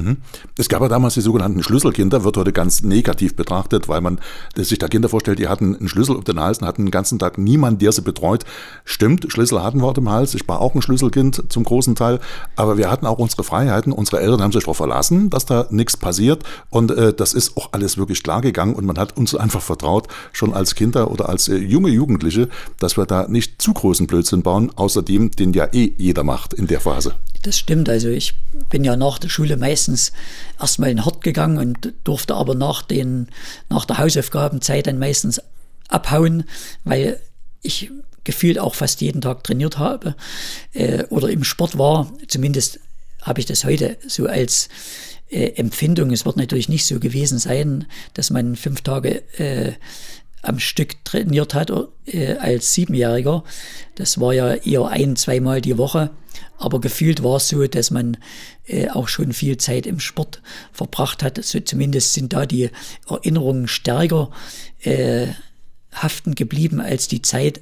Es gab ja damals die sogenannten Schlüsselkinder, wird heute ganz negativ betrachtet, weil man sich da Kinder vorstellt, die hatten einen Schlüssel um den Hals und hatten den ganzen Tag niemand, der sie betreut. Stimmt, Schlüssel hatten wir im Hals. Ich war auch ein Schlüsselkind zum großen Teil, aber wir hatten auch unsere Freiheiten. Unsere Eltern haben sich darauf verlassen, dass da nichts passiert und äh, das ist auch alles wirklich klar gegangen und man hat uns einfach vertraut, schon als Kinder oder als äh, junge Jugendliche, dass wir da nicht zu großen Blödsinn bauen, außerdem den ja eh jeder macht in der Phase. Das stimmt, also ich bin ja nach der Schule meistens erstmal in Hort gegangen und durfte aber nach, den, nach der Hausaufgabenzeit dann meistens abhauen, weil ich gefühlt auch fast jeden Tag trainiert habe äh, oder im Sport war. Zumindest habe ich das heute so als äh, Empfindung. Es wird natürlich nicht so gewesen sein, dass man fünf Tage äh, am Stück trainiert hat äh, als Siebenjähriger. Das war ja eher ein-, zweimal die Woche. Aber gefühlt war es so, dass man äh, auch schon viel Zeit im Sport verbracht hat. Also zumindest sind da die Erinnerungen stärker äh, haften geblieben als die Zeit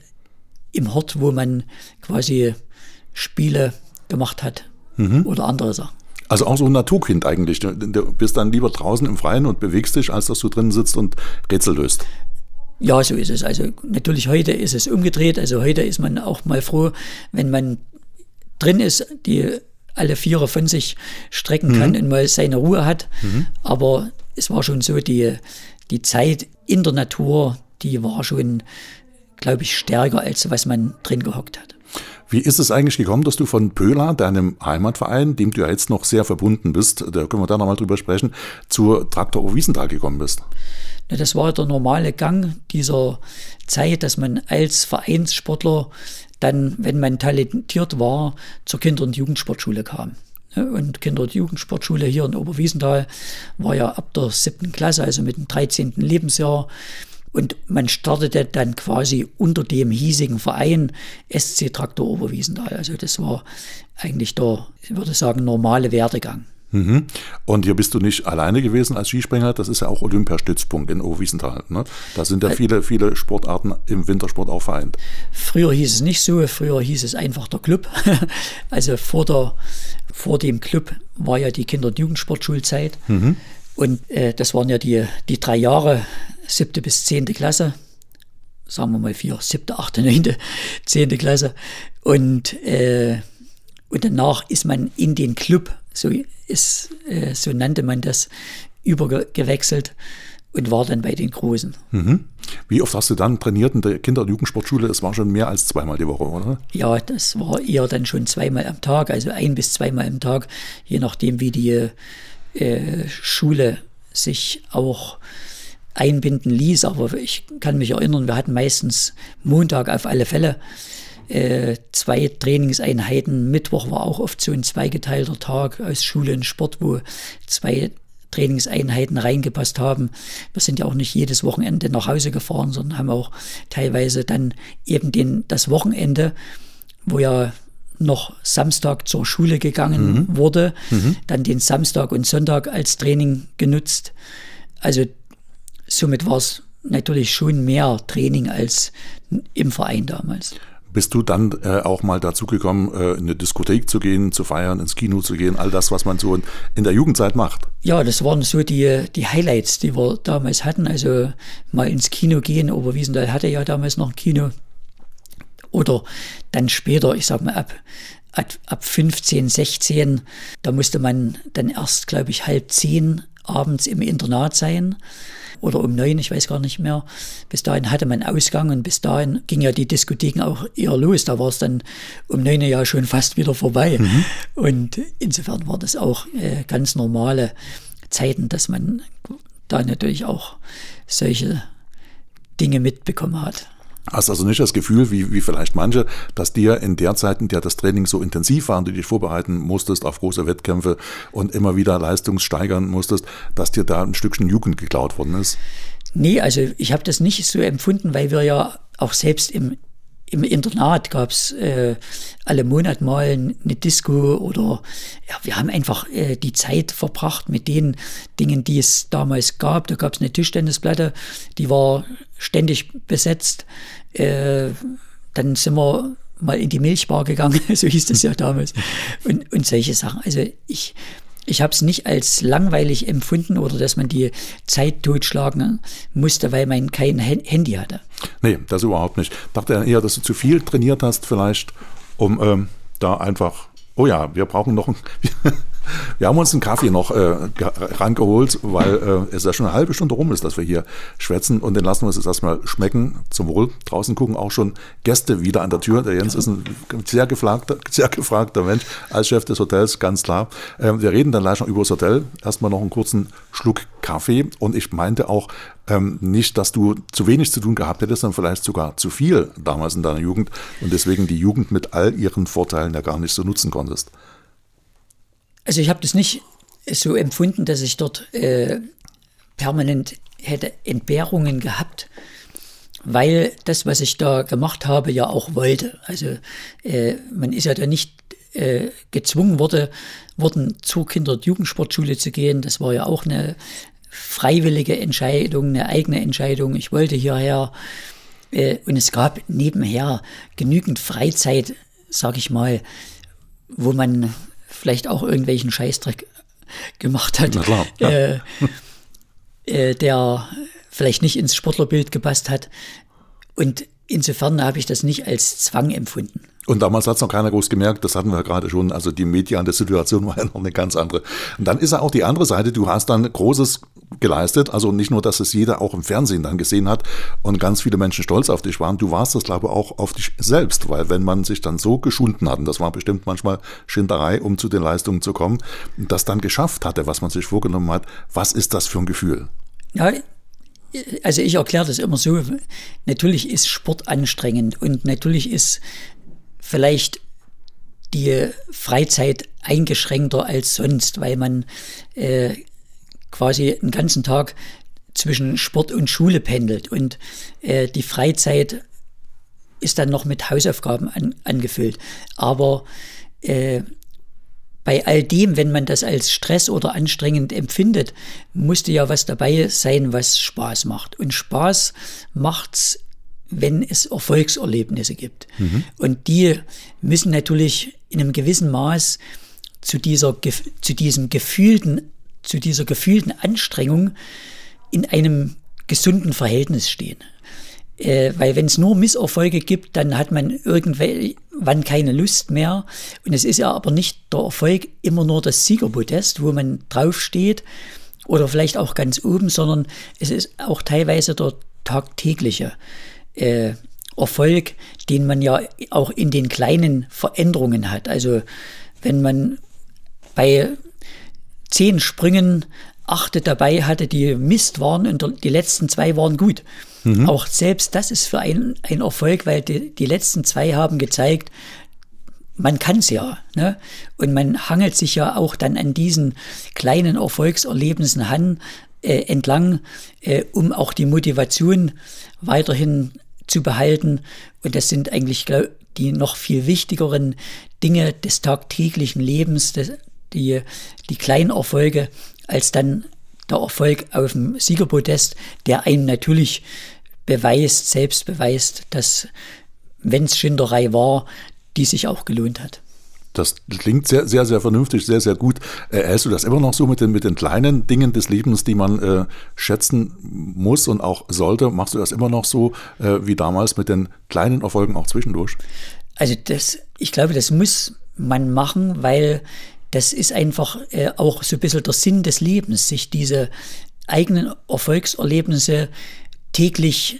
im Hort, wo man quasi Spiele gemacht hat mhm. oder andere Sachen. Also auch so ein Naturkind eigentlich. Du bist dann lieber draußen im Freien und bewegst dich, als dass du drin sitzt und Rätsel löst. Ja, so ist es. Also natürlich heute ist es umgedreht. Also heute ist man auch mal froh, wenn man drin ist, die alle Viere von sich strecken kann mhm. und mal seine Ruhe hat. Mhm. Aber es war schon so, die, die Zeit in der Natur, die war schon, glaube ich, stärker, als was man drin gehockt hat. Wie ist es eigentlich gekommen, dass du von Pöhla, deinem Heimatverein, dem du ja jetzt noch sehr verbunden bist, da können wir da nochmal drüber sprechen, zur Traktor Oberwiesenthal gekommen bist? Das war der normale Gang dieser Zeit, dass man als Vereinssportler dann, wenn man talentiert war, zur Kinder- und Jugendsportschule kam. und Kinder- und Jugendsportschule hier in Oberwiesenthal war ja ab der siebten Klasse, also mit dem dreizehnten Lebensjahr. Und man startete dann quasi unter dem hiesigen Verein S C Traktor Oberwiesenthal. Also das war eigentlich der, ich würde sagen, normale Werdegang. Mhm. Und hier bist du nicht alleine gewesen als Skispringer, das ist ja auch Olympiastützpunkt in Oberwiesenthal. Ne? Da sind ja viele, viele Sportarten im Wintersport auch vereint. Früher hieß es nicht so, früher hieß es einfach der Club. Also vor, der, vor dem Club war ja die Kinder- und Jugendsportschulzeit. Mhm. Und äh, das waren ja die, die drei Jahre, siebte bis zehnte Klasse, sagen wir mal vier, siebte, achte, neunte, zehnte Klasse. Und, äh, und danach ist man in den Club, so, ist, äh, so nannte man das, übergewechselt und war dann bei den Großen. Mhm. Wie oft hast du dann trainiert in der Kinder- und Jugendsportschule? Das war schon mehr als zweimal die Woche, oder? Ja, das war eher dann schon zweimal am Tag, also ein bis zweimal am Tag, je nachdem, wie die äh, Schule sich auch einbinden ließ. Aber ich kann mich erinnern, wir hatten meistens Montag auf alle Fälle äh, zwei Trainingseinheiten. Mittwoch war auch oft so ein zweigeteilter Tag aus Schule und Sport, wo zwei Trainingseinheiten reingepasst haben. Wir sind ja auch nicht jedes Wochenende nach Hause gefahren, sondern haben auch teilweise dann eben den, das Wochenende, wo ja noch Samstag zur Schule gegangen mhm. wurde, mhm. dann den Samstag und Sonntag als Training genutzt. Also somit war es natürlich schon mehr Training als im Verein damals. Bist du dann äh, auch mal dazu gekommen, äh, in eine Diskothek zu gehen, zu feiern, ins Kino zu gehen, all das, was man so in, in der Jugendzeit macht? Ja, das waren so die, die Highlights, die wir damals hatten. Also mal ins Kino gehen. Oberwiesenthal hatte ja damals noch ein Kino. Oder dann später, ich sag mal ab, ab, ab fünfzehn, sechzehn, da musste man dann erst, glaube ich, halb zehn abends im Internat sein. Oder um neun, ich weiß gar nicht mehr. Bis dahin hatte man Ausgang und bis dahin ging ja die Diskotheken auch eher los. Da war es dann um neun ja schon fast wieder vorbei. Mhm. Und insofern war das auch äh, ganz normale Zeiten, dass man da natürlich auch solche Dinge mitbekommen hat. Hast also nicht das Gefühl, wie, wie vielleicht manche, dass dir in der Zeit, in der das Training so intensiv war und du dich vorbereiten musstest auf große Wettkämpfe und immer wieder leistungssteigern musstest, dass dir da ein Stückchen Jugend geklaut worden ist? Nee, also ich habe das nicht so empfunden, weil wir ja auch selbst im, im Internat gab es äh, alle Monat mal eine Disco oder ja, wir haben einfach äh, die Zeit verbracht mit den Dingen, die es damals gab. Da gab es eine Tischtennisplatte, die war ständig besetzt. Äh, dann sind wir mal in die Milchbar gegangen, so hieß das ja damals. Und, und solche Sachen. Also ich, ich habe es nicht als langweilig empfunden oder dass man die Zeit totschlagen musste, weil man kein Handy hatte. Nee, das überhaupt nicht. Ich dachte eher, dass du zu viel trainiert hast vielleicht, um ähm, da einfach, oh ja, wir brauchen noch ein... Wir haben uns einen Kaffee noch äh, rangeholt, weil äh, es ja schon eine halbe Stunde rum ist, dass wir hier schwätzen und den lassen wir uns jetzt erstmal schmecken. Zum Wohl. Draußen gucken auch schon Gäste wieder an der Tür. Der Jens ist ein sehr gefragter, sehr gefragter Mensch als Chef des Hotels, ganz klar. Äh, wir reden dann gleich noch über das Hotel. Erstmal noch einen kurzen Schluck Kaffee und ich meinte auch ähm, nicht, dass du zu wenig zu tun gehabt hättest, sondern vielleicht sogar zu viel damals in deiner Jugend und deswegen die Jugend mit all ihren Vorteilen ja gar nicht so nutzen konntest. Also ich habe das nicht so empfunden, dass ich dort äh, permanent hätte Entbehrungen gehabt, weil das, was ich da gemacht habe, ja auch wollte. Also äh, man ist ja da nicht äh, gezwungen wurde, worden, zur Kinder- und Jugendsportschule zu gehen. Das war ja auch eine freiwillige Entscheidung, eine eigene Entscheidung. Ich wollte hierher äh, und es gab nebenher genügend Freizeit, sag ich mal, wo man vielleicht auch irgendwelchen Scheißdreck gemacht hat, Na klar, ja. äh, äh, der vielleicht nicht ins Sportlerbild gepasst hat. Und insofern habe ich das nicht als Zwang empfunden. Und damals hat es noch keiner groß gemerkt, das hatten wir ja gerade schon, also die mediale Situation war ja noch eine ganz andere. Und dann ist ja auch die andere Seite, du hast dann Großes geleistet, also nicht nur, dass es jeder auch im Fernsehen dann gesehen hat und ganz viele Menschen stolz auf dich waren, du warst das, glaube ich, auch auf dich selbst, weil wenn man sich dann so geschunden hat, und das war bestimmt manchmal Schinderei, um zu den Leistungen zu kommen, das dann geschafft hatte, was man sich vorgenommen hat, was ist das für ein Gefühl? Ja, also ich erkläre das immer so, natürlich ist Sport anstrengend und natürlich ist vielleicht die Freizeit eingeschränkter als sonst, weil man äh, quasi den ganzen Tag zwischen Sport und Schule pendelt und äh, die Freizeit ist dann noch mit Hausaufgaben an, angefüllt. Aber äh, bei all dem, wenn man das als Stress oder anstrengend empfindet, musste ja was dabei sein, was Spaß macht. Und Spaß macht's, wenn es Erfolgserlebnisse gibt. Mhm. Und die müssen natürlich in einem gewissen Maß zu dieser, zu diesem gefühlten, zu dieser gefühlten Anstrengung in einem gesunden Verhältnis stehen. Äh, weil wenn es nur Misserfolge gibt, dann hat man irgendwann keine Lust mehr. Und es ist ja aber nicht der Erfolg immer nur das Siegerpodest, wo man draufsteht oder vielleicht auch ganz oben, sondern es ist auch teilweise der tagtägliche äh, Erfolg, den man ja auch in den kleinen Veränderungen hat. Also wenn man bei zehn Sprüngen achte dabei hatte, die Mist waren und die letzten zwei waren gut. Mhm. Auch selbst das ist für einen ein Erfolg, weil die, die letzten zwei haben gezeigt, man kann es ja. Ne? Und man hangelt sich ja auch dann an diesen kleinen Erfolgserlebnissen an, äh, entlang, äh, um auch die Motivation weiterhin zu behalten. Und das sind eigentlich glaub, die noch viel wichtigeren Dinge des tagtäglichen Lebens, des, die, die kleinen Erfolge, als dann der Erfolg auf dem Siegerpodest, der einem natürlich beweist, selbst beweist, dass, wenn es Schinderei war, die sich auch gelohnt hat. Das klingt sehr, sehr, sehr vernünftig, sehr, sehr gut. Äh, hältst du das immer noch so mit den, mit den kleinen Dingen des Lebens, die man äh, schätzen muss und auch sollte? Machst du das immer noch so äh, wie damals mit den kleinen Erfolgen auch zwischendurch? Also das, ich glaube, das muss man machen, weil das ist einfach äh, auch so ein bisschen der Sinn des Lebens, sich diese eigenen Erfolgserlebnisse täglich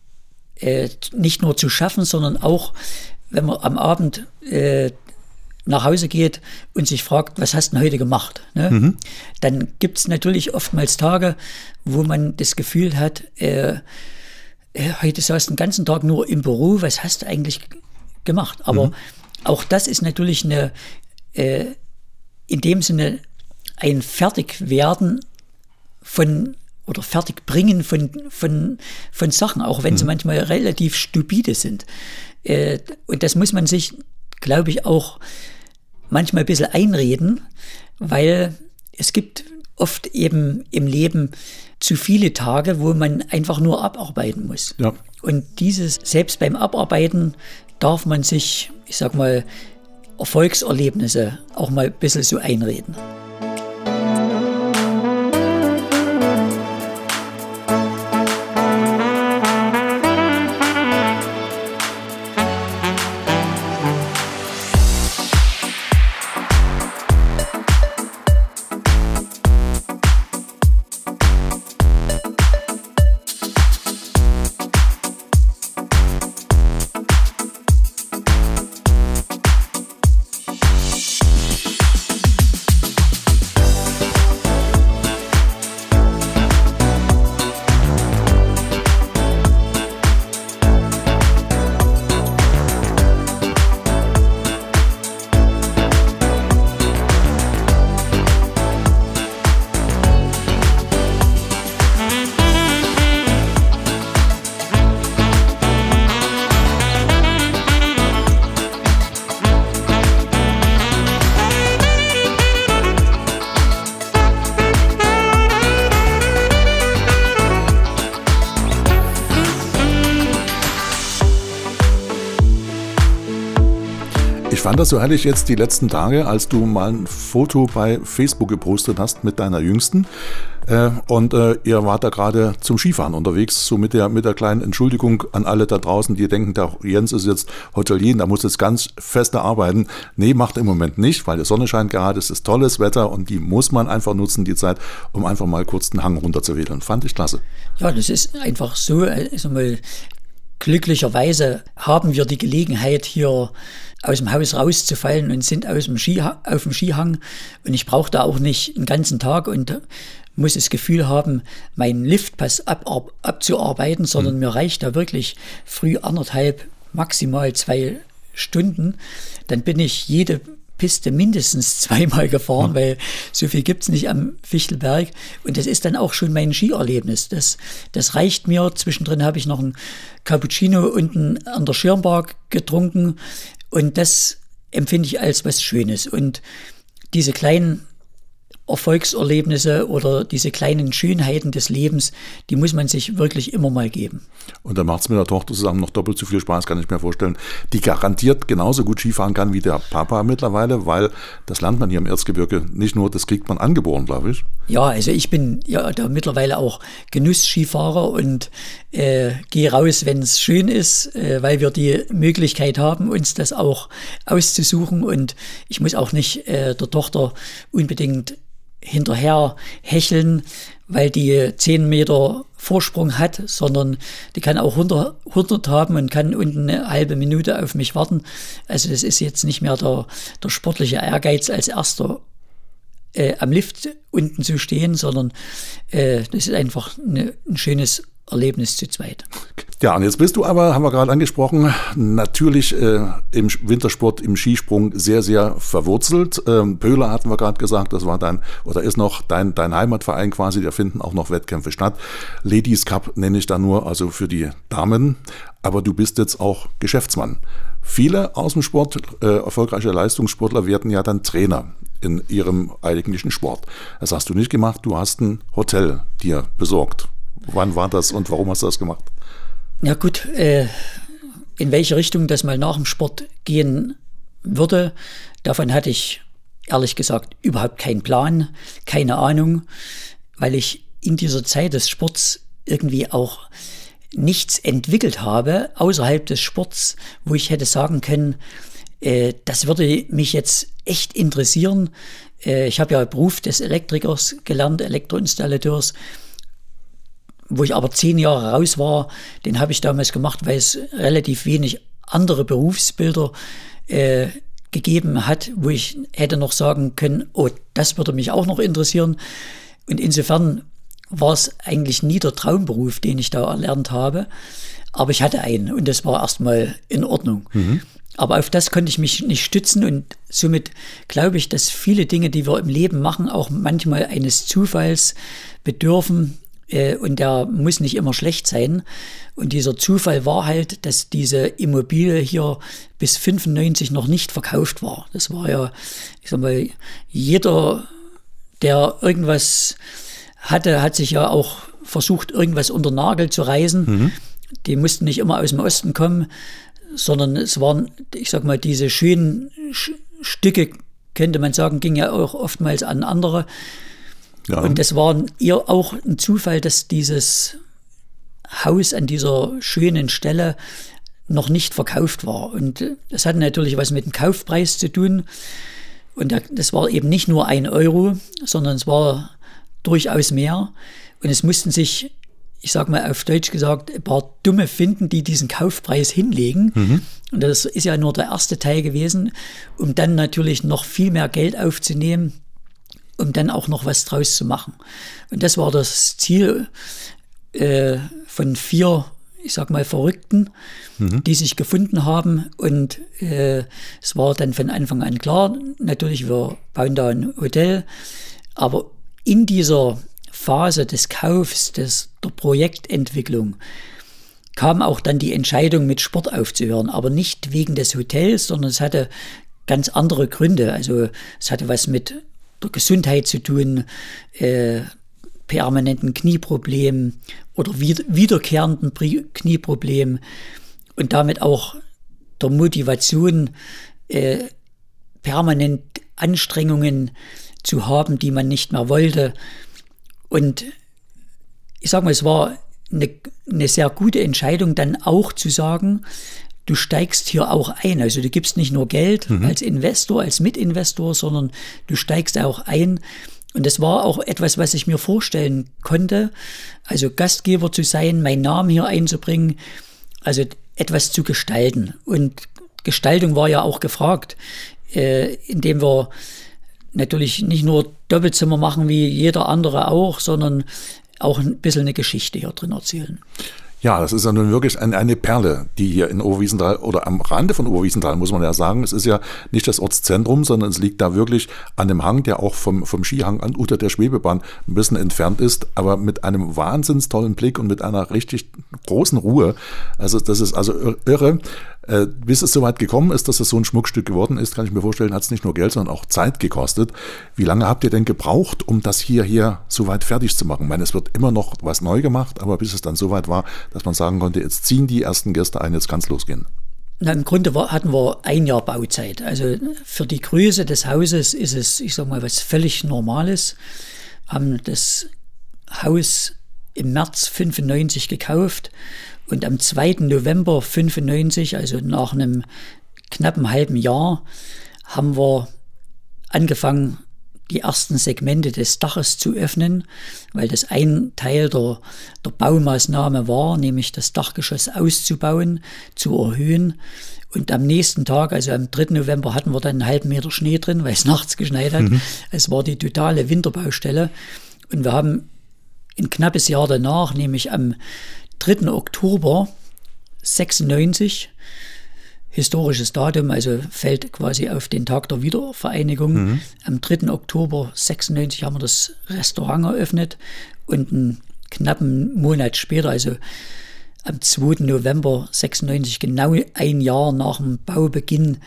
äh, nicht nur zu schaffen, sondern auch, wenn man am Abend äh, nach Hause geht und sich fragt, was hast du denn heute gemacht? Ne? Mhm. Dann gibt es natürlich oftmals Tage, wo man das Gefühl hat, äh, äh, heute saß du den ganzen Tag nur im Büro, was hast du eigentlich gemacht? Aber mhm. auch das ist natürlich eine äh, in dem Sinne ein Fertigwerden von oder Fertigbringen von, von, von Sachen, auch wenn mhm. sie manchmal relativ stupide sind. Äh, und das muss man sich, glaube ich, auch manchmal ein bisschen einreden, weil es gibt oft eben im Leben zu viele Tage, wo man einfach nur abarbeiten muss. Ja. Und dieses, selbst beim Abarbeiten darf man sich, ich sag mal, Erfolgserlebnisse auch mal ein bisschen so einreden. Ich fand das so herrlich jetzt die letzten Tage, als du mal ein Foto bei Facebook gepostet hast mit deiner Jüngsten. Äh, und äh, ihr wart da gerade zum Skifahren unterwegs, so mit der, mit der kleinen Entschuldigung an alle da draußen, die denken, der Jens ist jetzt Hotelier, da muss jetzt ganz feste arbeiten. Nee, macht im Moment nicht, weil die Sonne scheint gerade, es ist tolles Wetter und die muss man einfach nutzen, die Zeit, um einfach mal kurz den Hang runterzuwedeln. Fand ich klasse. Ja, das ist einfach so, also mal, glücklicherweise haben wir die Gelegenheit, hier aus dem Haus rauszufallen und sind aus dem Ski, auf dem Skihang. Und ich brauche da auch nicht einen ganzen Tag und muss das Gefühl haben, meinen Liftpass ab, ab, abzuarbeiten, sondern mhm. mir reicht da wirklich früh anderthalb, maximal zwei Stunden, dann bin ich jede Piste mindestens zweimal gefahren, ja. weil so viel gibt es nicht am Fichtelberg. Und das ist dann auch schon mein Skierlebnis. Das, das reicht mir. Zwischendrin habe ich noch ein Cappuccino unten an der Schirmbar getrunken. Und das empfinde ich als was Schönes. Und diese kleinen Erfolgserlebnisse oder diese kleinen Schönheiten des Lebens, die muss man sich wirklich immer mal geben. Und dann macht es mit der Tochter zusammen noch doppelt so viel Spaß, kann ich mir vorstellen, die garantiert genauso gut Skifahren kann wie der Papa mittlerweile, weil das lernt man hier im Erzgebirge nicht nur, das kriegt man angeboren, glaube ich. Ja, also ich bin ja da mittlerweile auch Genuss-Skifahrer und äh, gehe raus, wenn es schön ist, äh, weil wir die Möglichkeit haben, uns das auch auszusuchen, und ich muss auch nicht äh, der Tochter unbedingt hinterher hecheln, weil die zehn Meter Vorsprung hat, sondern die kann auch hundert, hundert haben und kann unten eine halbe Minute auf mich warten. Also das ist jetzt nicht mehr der, der sportliche Ehrgeiz, als erster äh, am Lift unten zu stehen, sondern äh, das ist einfach eine, ein schönes Erlebnis zu zweit. Ja, und jetzt bist du aber, haben wir gerade angesprochen, natürlich äh, im Wintersport, im Skisprung sehr, sehr verwurzelt. Ähm, Pöhler hatten wir gerade gesagt, das war dein, oder ist noch dein, dein Heimatverein quasi, da finden auch noch Wettkämpfe statt. Ladies Cup nenne ich da nur, also für die Damen, aber du bist jetzt auch Geschäftsmann. Viele aus dem Sport, äh, erfolgreiche Leistungssportler werden ja dann Trainer in ihrem eigentlichen Sport. Das hast du nicht gemacht, du hast ein Hotel dir besorgt. Wann war das und warum hast du das gemacht? Ja gut, äh, in welche Richtung das mal nach dem Sport gehen würde, davon hatte ich ehrlich gesagt überhaupt keinen Plan, keine Ahnung, weil ich in dieser Zeit des Sports irgendwie auch nichts entwickelt habe, außerhalb des Sports, wo ich hätte sagen können, äh, das würde mich jetzt echt interessieren. Äh, ich habe ja Beruf des Elektrikers gelernt, Elektroinstallateurs. Wo ich aber zehn Jahre raus war, den habe ich damals gemacht, weil es relativ wenig andere Berufsbilder äh, gegeben hat, wo ich hätte noch sagen können, oh, das würde mich auch noch interessieren. Und insofern war es eigentlich nie der Traumberuf, den ich da erlernt habe. Aber ich hatte einen und das war erstmal in Ordnung. Mhm. Aber auf das konnte ich mich nicht stützen, und somit glaube ich, dass viele Dinge, die wir im Leben machen, auch manchmal eines Zufalls bedürfen. Und der muss nicht immer schlecht sein. Und dieser Zufall war halt, dass diese Immobilie hier bis fünfundneunzig noch nicht verkauft war. Das war ja, ich sag mal, jeder, der irgendwas hatte, hat sich ja auch versucht, irgendwas unter den Nagel zu reißen. Mhm. Die mussten nicht immer aus dem Osten kommen, sondern es waren, ich sag mal, diese schönen Sch- Stücke, könnte man sagen, ging ja auch oftmals an andere. Ja. Und es war ihr auch ein Zufall, dass dieses Haus an dieser schönen Stelle noch nicht verkauft war. Und das hatte natürlich was mit dem Kaufpreis zu tun. Und das war eben nicht nur ein Euro, sondern es war durchaus mehr. Und es mussten sich, ich sage mal auf Deutsch gesagt, ein paar Dumme finden, die diesen Kaufpreis hinlegen. Mhm. Und das ist ja nur der erste Teil gewesen, um dann natürlich noch viel mehr Geld aufzunehmen, um dann auch noch was draus zu machen. Und das war das Ziel äh, von vier, ich sag mal, Verrückten, mhm. die sich gefunden haben. Und äh, es war dann von Anfang an klar, natürlich, wir bauen da ein Hotel, aber in dieser Phase des Kaufs, des, der Projektentwicklung, kam auch dann die Entscheidung, mit Sport aufzuhören, aber nicht wegen des Hotels, sondern es hatte ganz andere Gründe. Also es hatte was mit der Gesundheit zu tun, äh, permanenten Knieproblemen oder wieder, wiederkehrenden Knieproblemen und damit auch der Motivation, äh, permanent Anstrengungen zu haben, die man nicht mehr wollte. Und ich sage mal, es war eine, eine sehr gute Entscheidung, dann auch zu sagen, du steigst hier auch ein. Also du gibst nicht nur Geld mhm. als Investor, als Mitinvestor, sondern du steigst auch ein. Und das war auch etwas, was ich mir vorstellen konnte. Also Gastgeber zu sein, meinen Namen hier einzubringen, also etwas zu gestalten. Und Gestaltung war ja auch gefragt, äh, indem wir natürlich nicht nur Doppelzimmer machen wie jeder andere auch, sondern auch ein bisschen eine Geschichte hier drin erzählen. Ja, das ist ja nun wirklich ein, eine Perle, die hier in Oberwiesenthal oder am Rande von Oberwiesenthal, muss man ja sagen. Es ist ja nicht das Ortszentrum, sondern es liegt da wirklich an dem Hang, der auch vom, vom Skihang an unter der Schwebebahn ein bisschen entfernt ist, aber mit einem wahnsinns tollen Blick und mit einer richtig großen Ruhe. Also das ist also irre. Äh, bis es soweit gekommen ist, dass es so ein Schmuckstück geworden ist, kann ich mir vorstellen, hat es nicht nur Geld, sondern auch Zeit gekostet. Wie lange habt ihr denn gebraucht, um das hier, hier so weit fertig zu machen? Ich meine, es wird immer noch was neu gemacht, aber bis es dann so weit war, dass man sagen konnte, jetzt ziehen die ersten Gäste ein, jetzt kann es losgehen. Na, im Grunde war, hatten wir ein Jahr Bauzeit. Also für die Größe des Hauses ist es, ich sag mal, was völlig Normales. Haben das Haus im März fünfundneunzig gekauft und am zweiten November fünfundneunzig, also nach einem knappen halben Jahr, haben wir angefangen, die ersten Segmente des Daches zu öffnen, weil das ein Teil der, der Baumaßnahme war, nämlich das Dachgeschoss auszubauen, zu erhöhen. Und am nächsten Tag, also am dritten November, hatten wir dann einen halben Meter Schnee drin, weil es nachts geschneit hat. Mhm. Es war die totale Winterbaustelle. Und wir haben ein knappes Jahr danach, nämlich am dritten Oktober sechsundneunzig, historisches Datum, also fällt quasi auf den Tag der Wiedervereinigung. Mhm. Am dritten Oktober sechsundneunzig haben wir das Restaurant eröffnet und einen knappen Monat später, also am zweiten November sechsundneunzig, genau ein Jahr nach dem Baubeginn,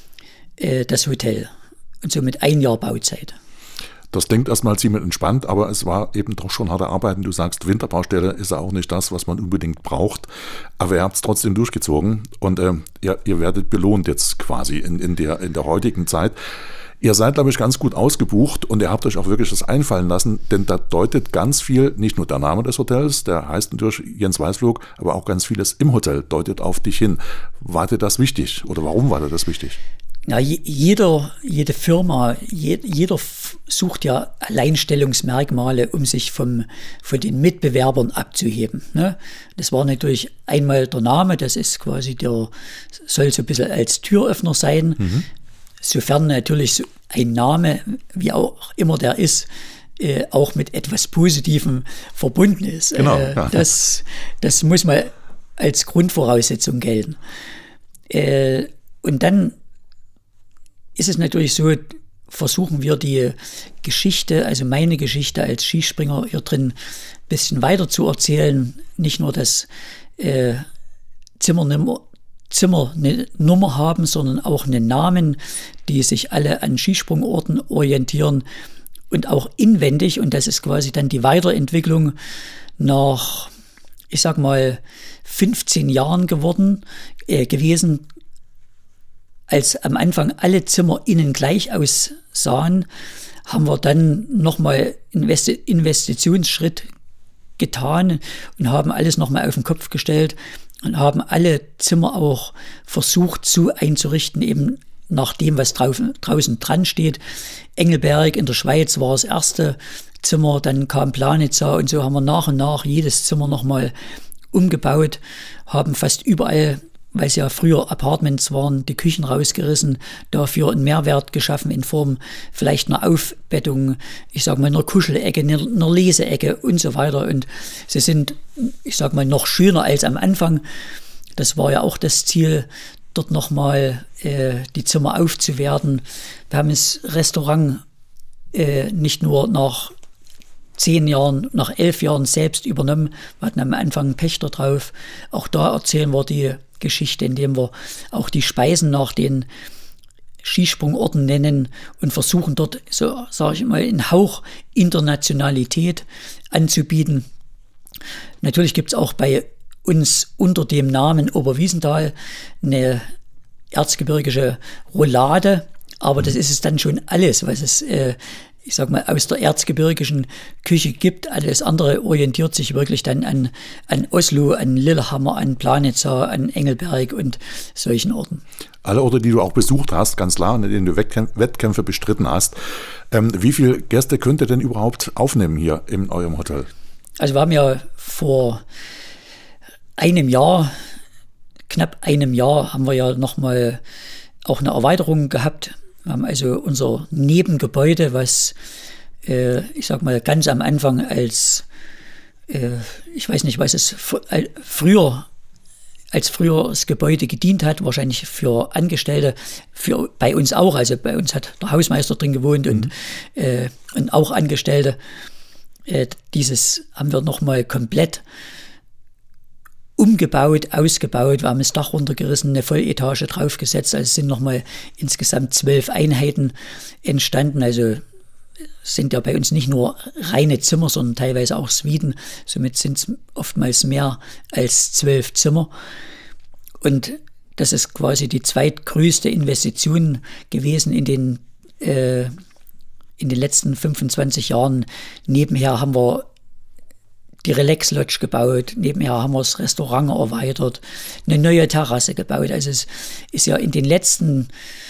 äh, das Hotel. Und somit ein Jahr Bauzeit. Das klingt erstmal ziemlich entspannt, aber es war eben doch schon harte Arbeit. Und du sagst, Winterbaustelle ist ja auch nicht das, was man unbedingt braucht. Aber ihr habt es trotzdem durchgezogen und äh, ihr, ihr werdet belohnt jetzt quasi in, in, der, in der heutigen Zeit. Ihr seid, glaube ich, ganz gut ausgebucht und ihr habt euch auch wirklich das einfallen lassen, denn da deutet ganz viel, nicht nur der Name des Hotels, der heißt natürlich Jens Weißflog, aber auch ganz vieles im Hotel deutet auf dich hin. War dir das wichtig oder warum war dir das wichtig? Ja, jeder, jede Firma, jeder sucht ja Alleinstellungsmerkmale, um sich vom, von den Mitbewerbern abzuheben. Ne? Das war natürlich einmal der Name, das ist quasi der, soll so ein bisschen als Türöffner sein, mhm. Sofern natürlich so ein Name, wie auch immer der ist, äh, auch mit etwas Positivem verbunden ist. Genau, äh, ja. das, das muss mal als Grundvoraussetzung gelten. Äh, und dann ist es natürlich so, versuchen wir die Geschichte, also meine Geschichte als Skispringer hier drin ein bisschen weiter zu erzählen. Nicht nur das äh, Zimmernummer, Zimmer eine Nummer haben, sondern auch einen Namen, die sich alle an Skisprungorten orientieren und auch inwendig. Und das ist quasi dann die Weiterentwicklung nach, ich sag mal, fünfzehn Jahren geworden, äh, gewesen. Als am Anfang alle Zimmer innen gleich aussahen, haben wir dann nochmal einen Investitionsschritt getan und haben alles nochmal auf den Kopf gestellt und haben alle Zimmer auch versucht so einzurichten, eben nach dem, was draußen, draußen dran steht. Engelberg in der Schweiz war das erste Zimmer, dann kam Planitza und so haben wir nach und nach jedes Zimmer nochmal umgebaut, haben fast überall, weil es ja früher Apartments waren, die Küchen rausgerissen, dafür einen Mehrwert geschaffen in Form vielleicht einer Aufbettung, ich sag mal einer Kuschelecke, einer Leseecke und so weiter. Und sie sind, ich sag mal, noch schöner als am Anfang. Das war ja auch das Ziel, dort nochmal äh, die Zimmer aufzuwerten. Wir haben das Restaurant äh, nicht nur nach zehn Jahren, nach elf Jahren selbst übernommen. Wir hatten am Anfang einen Pächter drauf. Auch da erzählen wir die Geschichte, indem wir auch die Speisen nach den Skisprungorten nennen und versuchen dort, so sage ich mal, einen Hauch Internationalität anzubieten. Natürlich gibt es auch bei uns unter dem Namen Oberwiesenthal eine erzgebirgische Roulade, aber das ist es dann schon alles, was es äh, ich sag mal, aus der erzgebirgischen Küche gibt. Alles andere orientiert sich wirklich dann an, an Oslo, an Lillehammer, an Planitza, an Engelberg und solchen Orten. Alle Orte, die du auch besucht hast, ganz klar, in denen du Wettkämpfe bestritten hast. Ähm, wie viele Gäste könnt ihr denn überhaupt aufnehmen hier in eurem Hotel? Also wir haben ja vor einem Jahr, knapp einem Jahr, haben wir ja nochmal auch eine Erweiterung gehabt. Wir haben also unser Nebengebäude, was, äh, ich sag mal, ganz am Anfang als äh, ich weiß nicht, was es fr- äh, früher als früher das Gebäude gedient hat, wahrscheinlich für Angestellte, für bei uns auch. Also bei uns hat der Hausmeister drin gewohnt und, mhm. äh, und auch Angestellte. Äh, dieses haben wir nochmal komplett umgebaut, ausgebaut. Wir haben das Dach runtergerissen, eine Volletage draufgesetzt. Also es sind nochmal insgesamt zwölf Einheiten entstanden. Also sind ja bei uns nicht nur reine Zimmer, sondern teilweise auch Suiten. Somit sind es oftmals mehr als zwölf Zimmer. Und das ist quasi die zweitgrößte Investition gewesen in den, äh, in den letzten fünfundzwanzig Jahren. Nebenher haben wir die Relax Lodge gebaut, nebenher haben wir das Restaurant erweitert, eine neue Terrasse gebaut. Also es ist ja in den letzten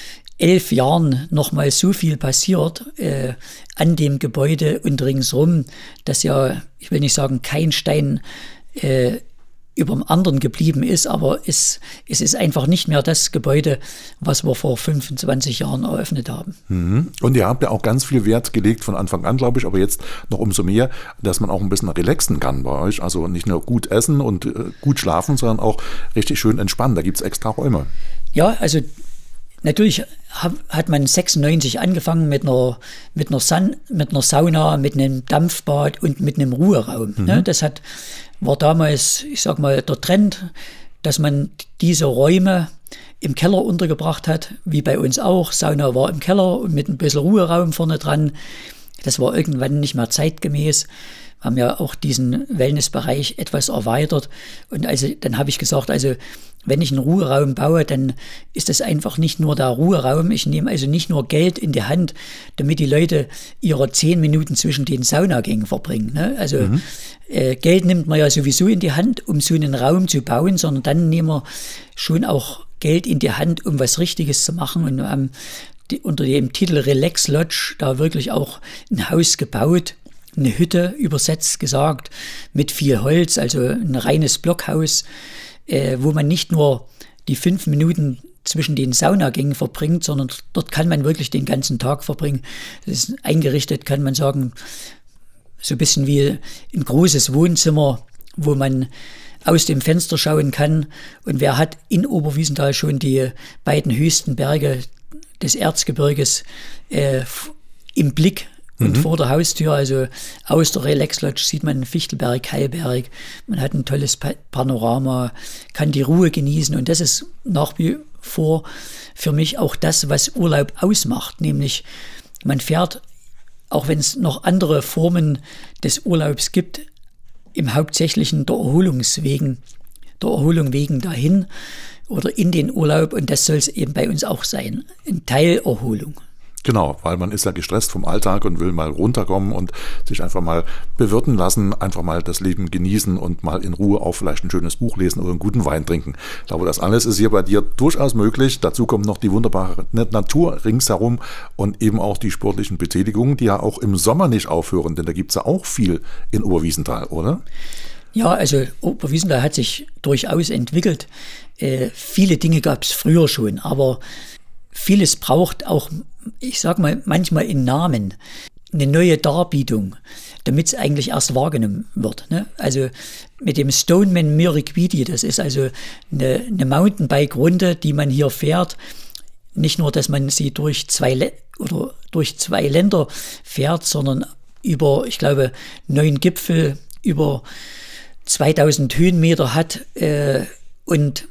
elf Jahren nochmal so viel passiert äh, an dem Gebäude und ringsrum, dass ja, ich will nicht sagen, kein Stein äh, über dem anderen geblieben ist, aber es, es ist einfach nicht mehr das Gebäude, was wir vor fünfundzwanzig Jahren eröffnet haben. Mhm. Und ihr habt ja auch ganz viel Wert gelegt von Anfang an, glaube ich, aber jetzt noch umso mehr, dass man auch ein bisschen relaxen kann bei euch. Also nicht nur gut essen und äh, gut schlafen, sondern auch richtig schön entspannen. Da gibt es extra Räume. Ja, also natürlich hat man sechsundneunzig angefangen mit einer, mit einer, San, mit einer Sauna, mit einem Dampfbad und mit einem Ruheraum. Mhm. Ne? Das hat, war damals, ich sag mal, der Trend, dass man diese Räume im Keller untergebracht hat, wie bei uns auch. Sauna war im Keller und mit ein bisschen Ruheraum vorne dran. Das war irgendwann nicht mehr zeitgemäß. Wir haben ja auch diesen Wellnessbereich etwas erweitert. Und also dann habe ich gesagt, also wenn ich einen Ruheraum baue, dann ist das einfach nicht nur der Ruheraum. Ich nehme also nicht nur Geld in die Hand, damit die Leute ihre zehn Minuten zwischen den Saunagängen verbringen. Ne? Also mhm. äh, Geld nimmt man ja sowieso in die Hand, um so einen Raum zu bauen, sondern dann nehmen wir schon auch Geld in die Hand, um was Richtiges zu machen. Und wir haben die, unter dem Titel Relax Lodge da wirklich auch ein Haus gebaut, eine Hütte, übersetzt gesagt, mit viel Holz, also ein reines Blockhaus, äh, wo man nicht nur die fünf Minuten zwischen den Saunagängen verbringt, sondern dort kann man wirklich den ganzen Tag verbringen. Das ist eingerichtet, kann man sagen, so ein bisschen wie ein großes Wohnzimmer, wo man aus dem Fenster schauen kann. Und wer hat in Oberwiesenthal schon die beiden höchsten Berge des Erzgebirges äh, im Blick und mhm. vor der Haustür, also aus der Relax Lodge sieht man Fichtelberg, Heilberg, man hat ein tolles Panorama, kann die Ruhe genießen und das ist nach wie vor für mich auch das, was Urlaub ausmacht, nämlich man fährt, auch wenn es noch andere Formen des Urlaubs gibt, im Hauptsächlichen der Erholungswegen, der Erholung wegen dahin oder in den Urlaub und das soll es eben bei uns auch sein, eine Teilerholung. Genau, weil man ist ja gestresst vom Alltag und will mal runterkommen und sich einfach mal bewirten lassen, einfach mal das Leben genießen und mal in Ruhe auch vielleicht ein schönes Buch lesen oder einen guten Wein trinken. Ich glaube, das alles ist hier bei dir durchaus möglich. Dazu kommt noch die wunderbare Natur ringsherum und eben auch die sportlichen Betätigungen, die ja auch im Sommer nicht aufhören, denn da gibt es ja auch viel in Oberwiesenthal, oder? Ja, also Oberwiesenthal hat sich durchaus entwickelt. Äh, viele Dinge gab es früher schon, aber vieles braucht auch, ich sag mal, manchmal in Namen eine neue Darbietung, damit es eigentlich erst wahrgenommen wird. Ne? Also mit dem Stoneman Miriquidi, das ist also eine, eine Mountainbike-Runde, die man hier fährt. Nicht nur, dass man sie durch zwei Le- oder durch zwei Länder fährt, sondern über, ich glaube, neun Gipfel, über zweitausend Höhenmeter hat äh, und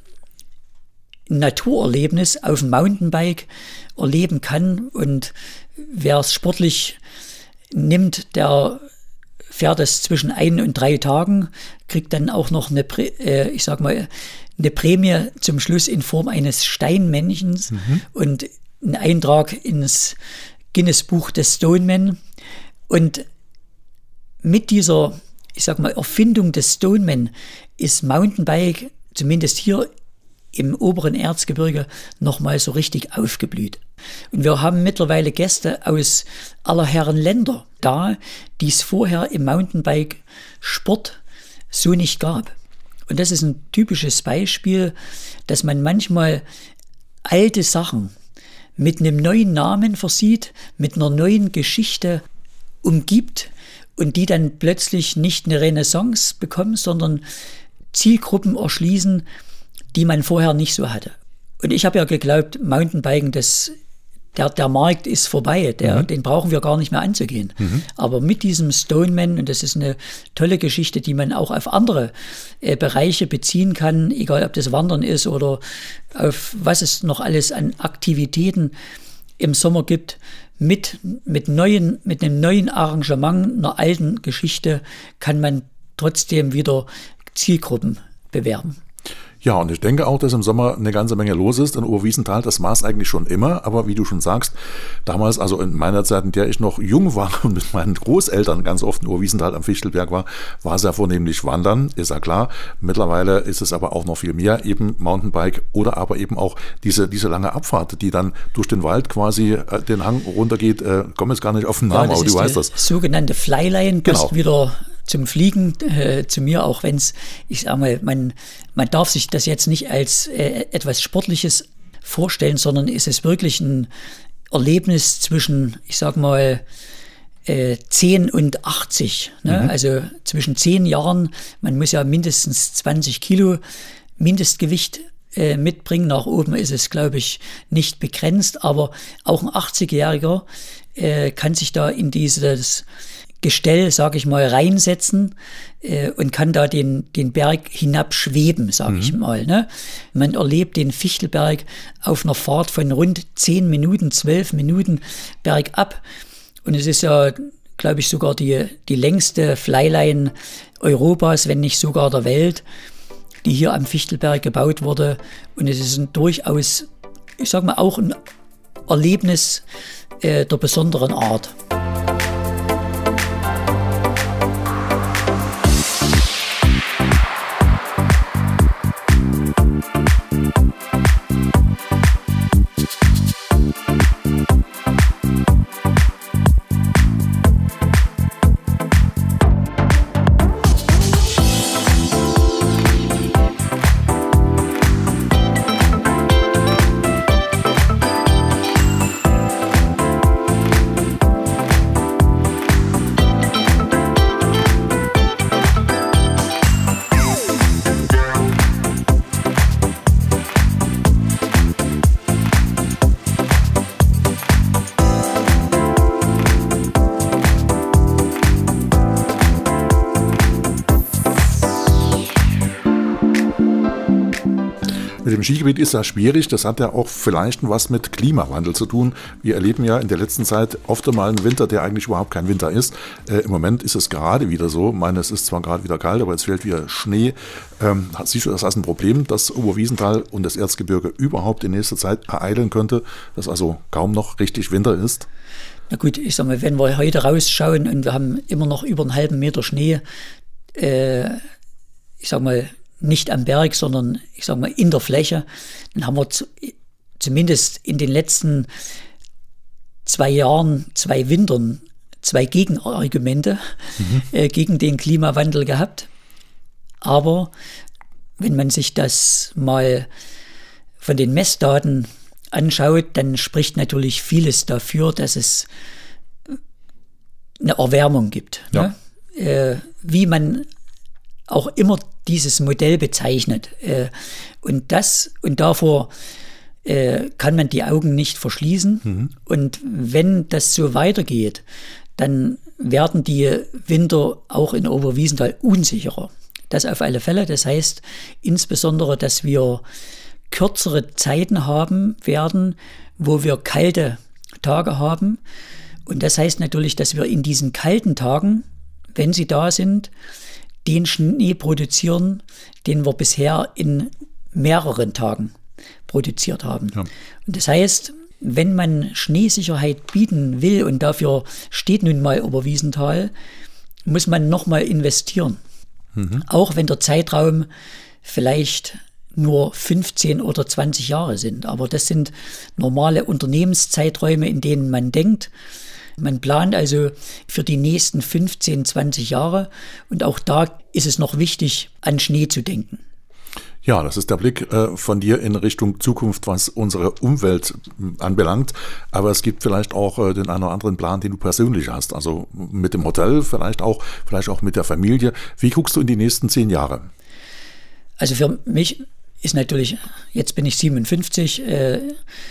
ein Naturerlebnis auf dem Mountainbike erleben kann. Und wer es sportlich nimmt, der fährt es zwischen ein und drei Tagen, kriegt dann auch noch eine, äh, ich sag mal, eine Prämie zum Schluss in Form eines Steinmännchens mhm. und einen Eintrag ins Guinness-Buch des Stoneman. Und mit dieser, ich sag mal, Erfindung des Stoneman ist Mountainbike, zumindest hier im oberen Erzgebirge, nochmal so richtig aufgeblüht. Und wir haben mittlerweile Gäste aus aller Herren Länder da, die es vorher im Mountainbike-Sport so nicht gab. Und das ist ein typisches Beispiel, dass man manchmal alte Sachen mit einem neuen Namen versieht, mit einer neuen Geschichte umgibt und die dann plötzlich nicht eine Renaissance bekommen, sondern Zielgruppen erschließen, die man vorher nicht so hatte. Und ich habe ja geglaubt, Mountainbiken, das, der, der Markt ist vorbei, der, mhm. den brauchen wir gar nicht mehr anzugehen. Mhm. Aber mit diesem Stoneman, und das ist eine tolle Geschichte, die man auch auf andere äh, Bereiche beziehen kann, egal ob das Wandern ist oder auf was es noch alles an Aktivitäten im Sommer gibt, mit, mit, neuen, mit einem neuen Arrangement einer alten Geschichte kann man trotzdem wieder Zielgruppen bewerben. Ja, und ich denke auch, dass im Sommer eine ganze Menge los ist in Oberwiesenthal. Das war es eigentlich schon immer, aber wie du schon sagst, damals, also in meiner Zeit, in der ich noch jung war und mit meinen Großeltern ganz oft in Oberwiesenthal am Fichtelberg war, war es ja vornehmlich Wandern, ist ja klar. Mittlerweile ist es aber auch noch viel mehr, eben Mountainbike oder aber eben auch diese, diese lange Abfahrt, die dann durch den Wald quasi äh, den Hang runtergeht. Äh, komme jetzt gar nicht auf den Namen, ja, aber du weißt das. Sogenannte Flyline, passt genau. wieder zum Fliegen äh, zu mir, auch wenn es, ich sag mal, man, man darf sich das jetzt nicht als äh, etwas Sportliches vorstellen, sondern ist es wirklich ein Erlebnis zwischen, ich sag mal, äh, zehn und achtzig. Ne? Mhm. Also zwischen zehn Jahren, man muss ja mindestens zwanzig Kilo Mindestgewicht äh, mitbringen. Nach oben ist es, glaube ich, nicht begrenzt, aber auch ein achtzigjähriger äh, kann sich da in dieses Gestell, sage ich mal, reinsetzen äh, und kann da den, den Berg hinabschweben, sage mhm. ich mal. Ne? Man erlebt den Fichtelberg auf einer Fahrt von rund zehn Minuten, zwölf Minuten bergab. Und es ist ja, glaube ich, sogar die, die längste Flyline Europas, wenn nicht sogar der Welt, die hier am Fichtelberg gebaut wurde. Und es ist ein durchaus, ich sage mal, auch ein Erlebnis äh, der besonderen Art. Mit dem Skigebiet ist ja schwierig, das hat ja auch vielleicht was mit Klimawandel zu tun. Wir erleben ja in der letzten Zeit oft einmal einen Winter, der eigentlich überhaupt kein Winter ist. Äh, Im Moment ist es gerade wieder so. Ich meine, es ist zwar gerade wieder kalt, aber jetzt fällt wieder Schnee. Ähm, siehst du das als ein Problem, dass Oberwiesenthal und das Erzgebirge überhaupt in nächster Zeit ereilen könnte, dass also kaum noch richtig Winter ist? Na gut, ich sag mal, wenn wir heute rausschauen und wir haben immer noch über einen halben Meter Schnee, äh, ich sag mal, nicht am Berg, sondern ich sag mal in der Fläche, dann haben wir zu, zumindest in den letzten zwei Jahren, zwei Wintern, zwei Gegenargumente mhm. äh, gegen den Klimawandel gehabt. Aber wenn man sich das mal von den Messdaten anschaut, dann spricht natürlich vieles dafür, dass es eine Erwärmung gibt. Ja. Ne? Äh, wie man auch immer dieses Modell bezeichnet. Äh, und das, und davor äh, kann man die Augen nicht verschließen. Mhm. Und wenn das so weitergeht, dann werden die Winter auch in Oberwiesenthal unsicherer. Das auf alle Fälle. Das heißt insbesondere, dass wir kürzere Zeiten haben werden, wo wir kalte Tage haben. Und das heißt natürlich, dass wir in diesen kalten Tagen, wenn sie da sind, den Schnee produzieren, den wir bisher in mehreren Tagen produziert haben. Ja. Und das heißt, wenn man Schneesicherheit bieten will, und dafür steht nun mal Oberwiesenthal, muss man nochmal investieren. Mhm. Auch wenn der Zeitraum vielleicht nur fünfzehn oder zwanzig Jahre sind. Aber das sind normale Unternehmenszeiträume, in denen man denkt. Man plant also für die nächsten fünfzehn, zwanzig Jahre. Und auch da ist es noch wichtig, an Schnee zu denken. Ja, das ist der Blick äh, von dir in Richtung Zukunft, was unsere Umwelt äh, anbelangt. Aber es gibt vielleicht auch äh, den einen oder anderen Plan, den du persönlich hast. Also mit dem Hotel, vielleicht auch, vielleicht auch mit der Familie. Wie guckst du in die nächsten zehn Jahre? Also für mich ist natürlich, jetzt bin ich siebenundfünfzig, äh,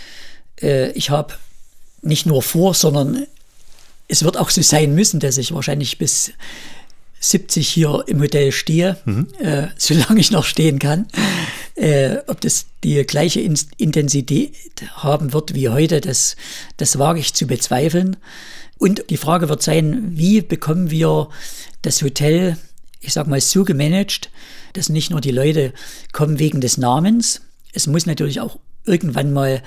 äh, ich habe nicht nur vor, sondern es wird auch so sein müssen, dass ich wahrscheinlich bis siebzig hier im Hotel stehe, mhm. äh, solange ich noch stehen kann. Äh, ob das die gleiche In- Intensität haben wird wie heute, das, das wage ich zu bezweifeln. Und die Frage wird sein, wie bekommen wir das Hotel, ich sag mal, so gemanagt, dass nicht nur die Leute kommen wegen des Namens. Es muss natürlich auch irgendwann mal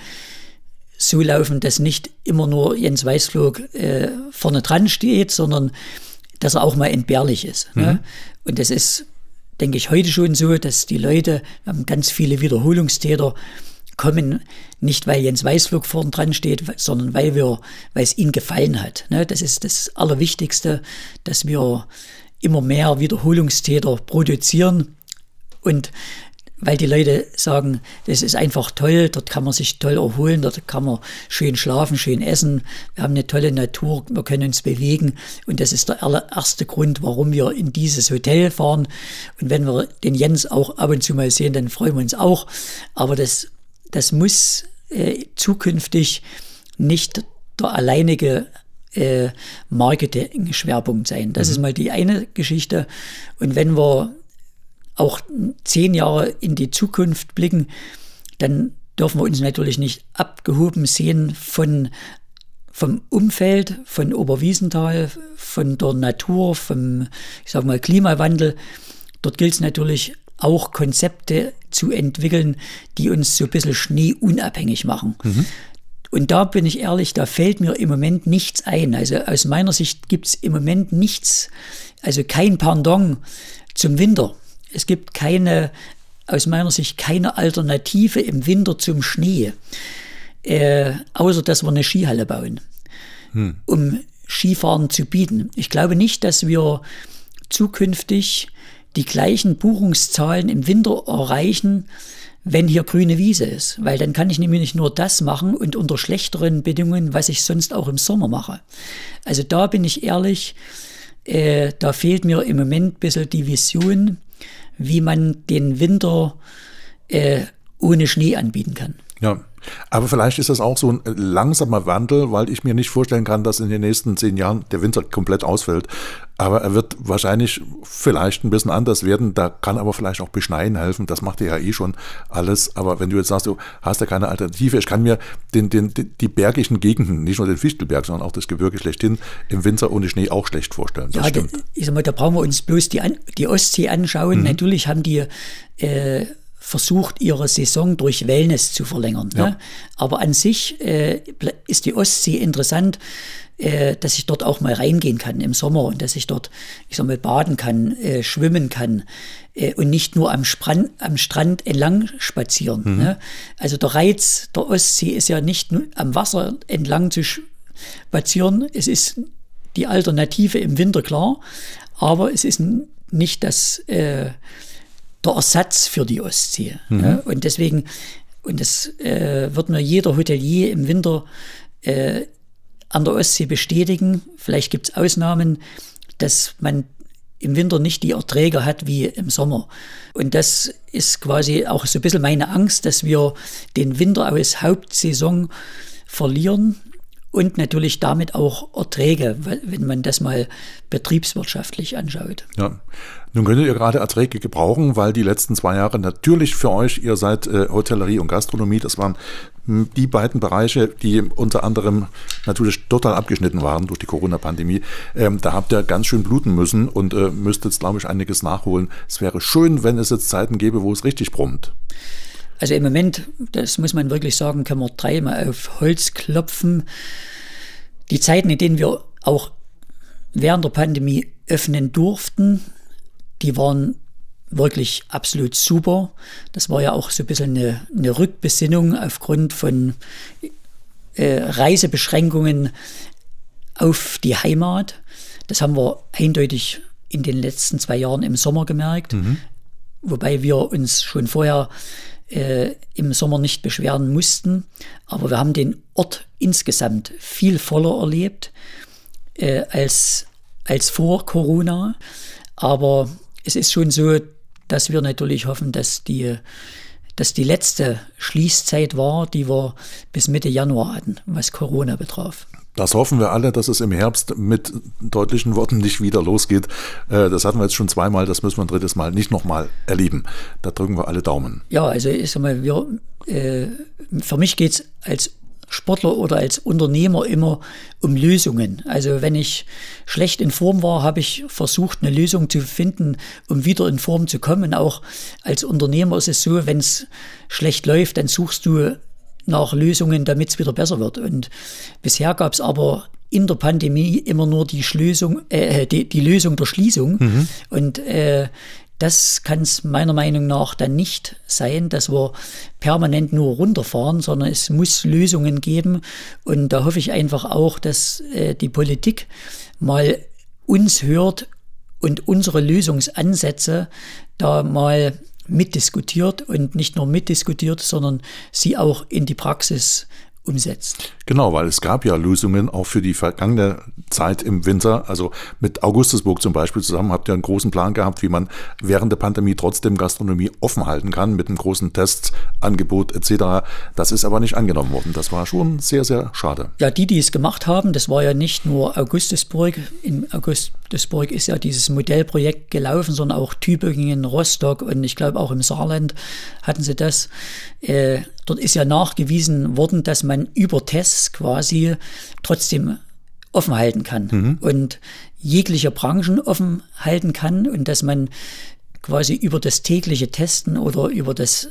so laufen, dass nicht immer nur Jens Weißflog äh, vorne dran steht, sondern dass er auch mal entbehrlich ist. Mhm. Ne? Und das ist, denke ich, heute schon so, dass die Leute, wir haben ganz viele Wiederholungstäter, kommen nicht, weil Jens Weißflog vorne dran steht, sondern weil wir, weil es ihnen gefallen hat. Ne? Das ist das Allerwichtigste, dass wir immer mehr Wiederholungstäter produzieren und weil die Leute sagen, das ist einfach toll, dort kann man sich toll erholen, dort kann man schön schlafen, schön essen, wir haben eine tolle Natur, wir können uns bewegen und das ist der erste Grund, warum wir in dieses Hotel fahren und wenn wir den Jens auch ab und zu mal sehen, dann freuen wir uns auch, aber das, das muss äh, zukünftig nicht der alleinige äh, Marketing-Schwerpunkt sein. Das mhm. ist mal die eine Geschichte und wenn wir auch zehn Jahre in die Zukunft blicken, dann dürfen wir uns natürlich nicht abgehoben sehen von, vom Umfeld, von Oberwiesenthal, von der Natur, vom, ich sag mal, Klimawandel. Dort gilt es natürlich auch Konzepte zu entwickeln, die uns so ein bisschen schneeunabhängig machen. Mhm. Und da bin ich ehrlich, da fällt mir im Moment nichts ein. Also aus meiner Sicht gibt es im Moment nichts, also kein Pendant zum Winter. Es gibt keine, aus meiner Sicht, keine Alternative im Winter zum Schnee, äh, außer dass wir eine Skihalle bauen, hm. um Skifahren zu bieten. Ich glaube nicht, dass wir zukünftig die gleichen Buchungszahlen im Winter erreichen, wenn hier grüne Wiese ist, weil dann kann ich nämlich nicht nur das machen und unter schlechteren Bedingungen, was ich sonst auch im Sommer mache. Also da bin ich ehrlich, äh, da fehlt mir im Moment ein bisschen die Vision, wie man den Winter äh, ohne Schnee anbieten kann. Ja, aber vielleicht ist das auch so ein langsamer Wandel, weil ich mir nicht vorstellen kann, dass in den nächsten zehn Jahren der Winter komplett ausfällt. Aber er wird wahrscheinlich vielleicht ein bisschen anders werden. Da kann aber vielleicht auch Beschneien helfen. Das macht ja eh schon alles. Aber wenn du jetzt sagst, du hast ja keine Alternative, ich kann mir den, den, die bergigen Gegenden, nicht nur den Fichtelberg, sondern auch das Gebirge schlechthin, im Winter ohne Schnee auch schlecht vorstellen. Das ja, stimmt. Da, ich sag mal, da brauchen wir uns bloß die, die Ostsee anschauen. Mhm. Natürlich haben die äh, versucht, ihre Saison durch Wellness zu verlängern. Ja. Ne? Aber an sich äh, ist die Ostsee interessant, äh, dass ich dort auch mal reingehen kann im Sommer und dass ich dort, ich sag mal, baden kann, äh, schwimmen kann äh, und nicht nur am, Spran- am Strand entlang spazieren. Mhm. Ne? Also der Reiz der Ostsee ist ja nicht nur am Wasser entlang zu spazieren, es ist die Alternative im Winter, klar, aber es ist nicht das äh, der Ersatz für die Ostsee. Mhm. Ja, und deswegen, und das äh, wird mir jeder Hotelier im Winter äh, an der Ostsee bestätigen, vielleicht gibt es Ausnahmen, dass man im Winter nicht die Erträge hat wie im Sommer. Und das ist quasi auch so ein bisschen meine Angst, dass wir den Winter als Hauptsaison verlieren und natürlich damit auch Erträge, wenn man das mal betriebswirtschaftlich anschaut. Ja. Nun könntet ihr gerade Erträge gebrauchen, weil die letzten zwei Jahre natürlich für euch, ihr seid äh, Hotellerie und Gastronomie, das waren mh, die beiden Bereiche, die unter anderem natürlich total abgeschnitten waren durch die Corona-Pandemie. Ähm, da habt ihr ganz schön bluten müssen und äh, müsst jetzt, glaube ich, einiges nachholen. Es wäre schön, wenn es jetzt Zeiten gäbe, wo es richtig brummt. Also im Moment, das muss man wirklich sagen, können wir dreimal auf Holz klopfen. Die Zeiten, in denen wir auch während der Pandemie öffnen durften, die waren wirklich absolut super. Das war ja auch so ein bisschen eine, eine Rückbesinnung aufgrund von äh, Reisebeschränkungen auf die Heimat. Das haben wir eindeutig in den letzten zwei Jahren im Sommer gemerkt. Mhm. wobei wir uns schon vorher äh, im Sommer nicht beschweren mussten. Aber wir haben den Ort insgesamt viel voller erlebt äh, als, als vor Corona. Aber es ist schon so, dass wir natürlich hoffen, dass die, dass die letzte Schließzeit war, die wir bis Mitte Januar hatten, was Corona betraf. Das hoffen wir alle, dass es im Herbst mit deutlichen Worten nicht wieder losgeht. Das hatten wir jetzt schon zweimal, das müssen wir ein drittes Mal nicht nochmal erleben. Da drücken wir alle Daumen. Ja, also ich sag mal, wir, äh, für mich geht es als Sportler oder als Unternehmer immer um Lösungen. Also wenn ich schlecht in Form war, habe ich versucht, eine Lösung zu finden, um wieder in Form zu kommen. Und auch als Unternehmer ist es so, wenn es schlecht läuft, dann suchst du nach Lösungen, damit es wieder besser wird. Und bisher gab es aber in der Pandemie immer nur die, Schlösung, äh, die, die Lösung der Schließung. Mhm. Und äh, das kann es meiner Meinung nach dann nicht sein, dass wir permanent nur runterfahren, sondern es muss Lösungen geben. Und da hoffe ich einfach auch, dass äh, die Politik mal uns hört und unsere Lösungsansätze da mal mitdiskutiert und nicht nur mitdiskutiert, sondern sie auch in die Praxis umsetzt. Genau, weil es gab ja Lösungen auch für die vergangene Zeit im Winter. Also mit Augustusburg zum Beispiel zusammen habt ihr einen großen Plan gehabt, wie man während der Pandemie trotzdem Gastronomie offen halten kann mit einem großen Testangebot et cetera. Das ist aber nicht angenommen worden. Das war schon sehr, sehr schade. Ja, die, die es gemacht haben, das war ja nicht nur Augustusburg. In Augustusburg ist ja dieses Modellprojekt gelaufen, sondern auch Tübingen, Rostock und ich glaube auch im Saarland hatten sie das. Äh, dort ist ja nachgewiesen worden, dass man über Tests quasi trotzdem offen halten kann mhm. und jegliche Branchen offen halten kann und dass man quasi über das tägliche Testen oder über das,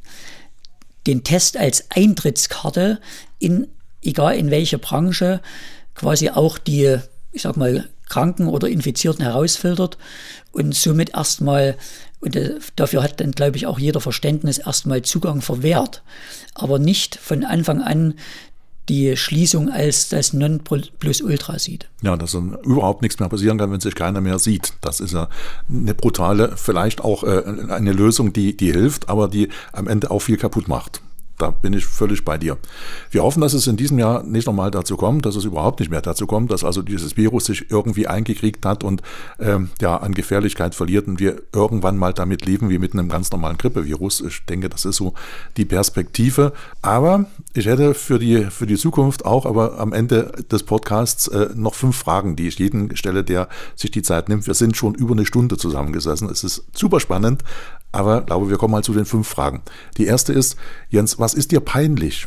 den Test als Eintrittskarte in, egal in welche Branche, quasi auch die, ich sag mal, Kranken oder Infizierten herausfiltert und somit erstmal, und dafür hat dann, glaube ich, auch jeder Verständnis, erstmal Zugang verwehrt, aber nicht von Anfang an die Schließung als das Nonplusultra sieht. Ja, dass dann überhaupt nichts mehr passieren kann, wenn sich keiner mehr sieht. Das ist ja eine brutale, vielleicht auch äh, eine Lösung, die, die hilft, aber die am Ende auch viel kaputt macht. Da bin ich völlig bei dir. Wir hoffen, dass es in diesem Jahr nicht nochmal dazu kommt, dass es überhaupt nicht mehr dazu kommt, dass also dieses Virus sich irgendwie eingekriegt hat und ähm, ja an Gefährlichkeit verliert und wir irgendwann mal damit leben wie mit einem ganz normalen Grippevirus. Ich denke, das ist so die Perspektive. Aber ich hätte für die, für die Zukunft auch, aber am Ende des Podcasts äh, noch fünf Fragen, die ich jedem stelle, der sich die Zeit nimmt. Wir sind schon über eine Stunde zusammengesessen. Es ist super spannend. Aber ich glaube, wir kommen mal zu den fünf Fragen. Die erste ist, Jens, was ist dir peinlich?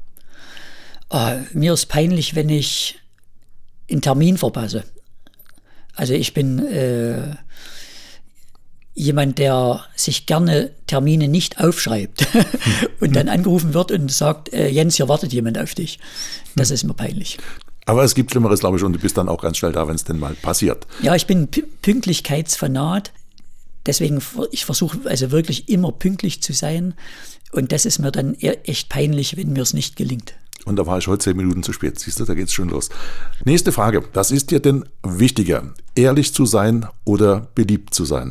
Oh, mir ist peinlich, wenn ich einen Termin verpasse. Also ich bin äh, jemand, der sich gerne Termine nicht aufschreibt hm. und dann angerufen wird und sagt, äh, Jens, hier wartet jemand auf dich. Das hm. ist mir peinlich. Aber es gibt Schlimmeres, glaube ich, und du bist dann auch ganz schnell da, wenn es denn mal passiert. Ja, ich bin P- Pünktlichkeitsfanat. Deswegen, ich versuche also wirklich immer pünktlich zu sein. Und das ist mir dann eher echt peinlich, wenn mir es nicht gelingt. Und da war ich heute zehn Minuten zu spät. Siehst du, da geht's schon los. Nächste Frage. Was ist dir denn wichtiger? Ehrlich zu sein oder beliebt zu sein?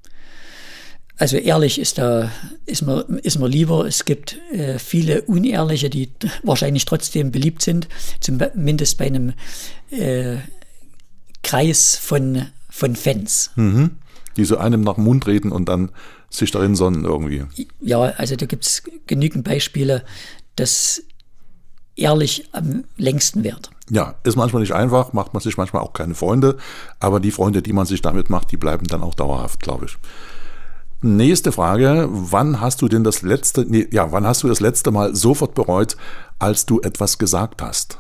Also ehrlich ist da, ist mir, ist mir lieber. Es gibt äh, viele Unehrliche, die wahrscheinlich trotzdem beliebt sind. Zumindest bei einem äh, Kreis von, von Fans. Mhm. Die so einem nach dem Mund reden und dann sich darin sonnen irgendwie. Ja, also da gibt es genügend Beispiele, dass ehrlich am längsten währt. Ja, ist manchmal nicht einfach, macht man sich manchmal auch keine Freunde, aber die Freunde, die man sich damit macht, die bleiben dann auch dauerhaft, glaube ich. Nächste Frage, wann hast du denn das letzte, nee, ja, wann hast du das letzte Mal sofort bereut, als du etwas gesagt hast?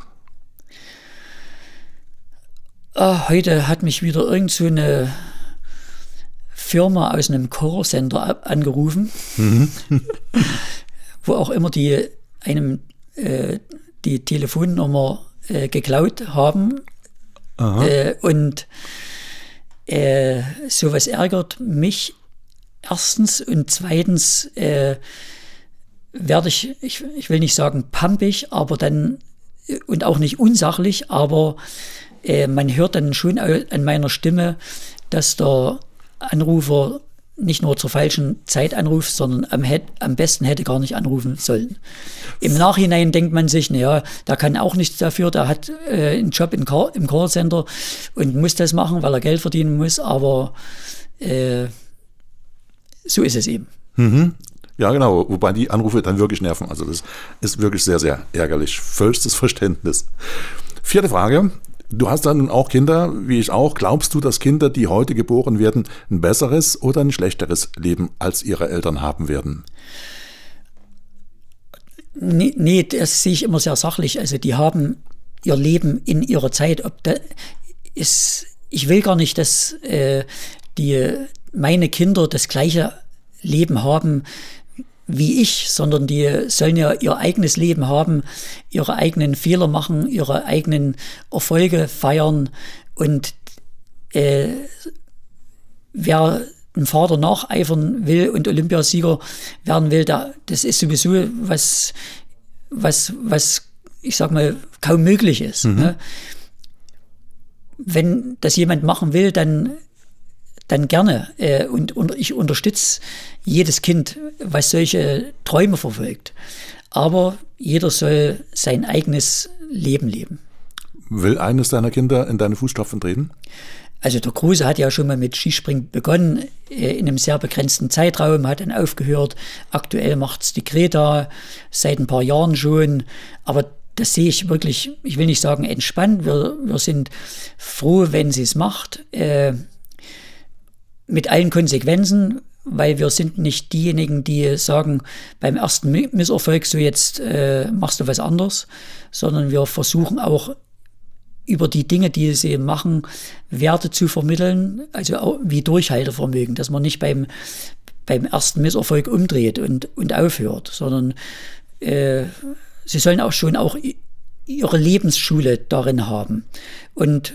Oh, heute hat mich wieder irgend so eine Firma aus einem Callcenter angerufen, mhm. wo auch immer die einem äh, die Telefonnummer äh, geklaut haben. Äh, und äh, sowas ärgert mich erstens und zweitens äh, werde ich, ich, ich will nicht sagen pampig, aber dann und auch nicht unsachlich, aber äh, man hört dann schon an meiner Stimme, dass der Anrufer nicht nur zur falschen Zeit anruft, sondern am, am besten hätte gar nicht anrufen sollen. Im Nachhinein denkt man sich, naja, der kann auch nichts dafür, der hat äh, einen Job in Call, im Callcenter und muss das machen, weil er Geld verdienen muss, aber äh, so ist es eben. Mhm. Ja, genau, wobei die Anrufe dann wirklich nerven. Also das ist wirklich sehr, sehr ärgerlich. Vollstes Verständnis. Vierte Frage. Du hast dann auch Kinder, wie ich auch. Glaubst du, dass Kinder, die heute geboren werden, ein besseres oder ein schlechteres Leben als ihre Eltern haben werden? Nee, nee, das sehe ich immer sehr sachlich. Also die haben ihr Leben in ihrer Zeit. Ob da ist, ich will gar nicht, dass äh, die, meine Kinder das gleiche Leben haben wie ich, sondern die sollen ja ihr eigenes Leben haben, ihre eigenen Fehler machen, ihre eigenen Erfolge feiern. Und äh, wer einem Vater nacheifern will und Olympiasieger werden will, da, das ist sowieso was, was, was, ich sag mal, kaum möglich ist. Mhm. Ne? Wenn das jemand machen will, dann dann gerne. Äh, und, und ich unterstütze jedes Kind, was solche Träume verfolgt. Aber jeder soll sein eigenes Leben leben. Will eines deiner Kinder in deine Fußstapfen treten? Also der Große hat ja schon mal mit Skispringen begonnen, äh, in einem sehr begrenzten Zeitraum, hat dann aufgehört. Aktuell macht es die Greta, seit ein paar Jahren schon. Aber das sehe ich wirklich, ich will nicht sagen entspannt. Wir, wir sind froh, wenn sie es macht. Äh, Mit allen Konsequenzen, weil wir sind nicht diejenigen, die sagen, beim ersten Misserfolg, so jetzt äh, machst du was anderes, sondern wir versuchen auch über die Dinge, die sie machen, Werte zu vermitteln, also auch wie Durchhaltevermögen, dass man nicht beim, beim ersten Misserfolg umdreht und, und aufhört, sondern äh, sie sollen auch schon auch ihre Lebensschule darin haben. Und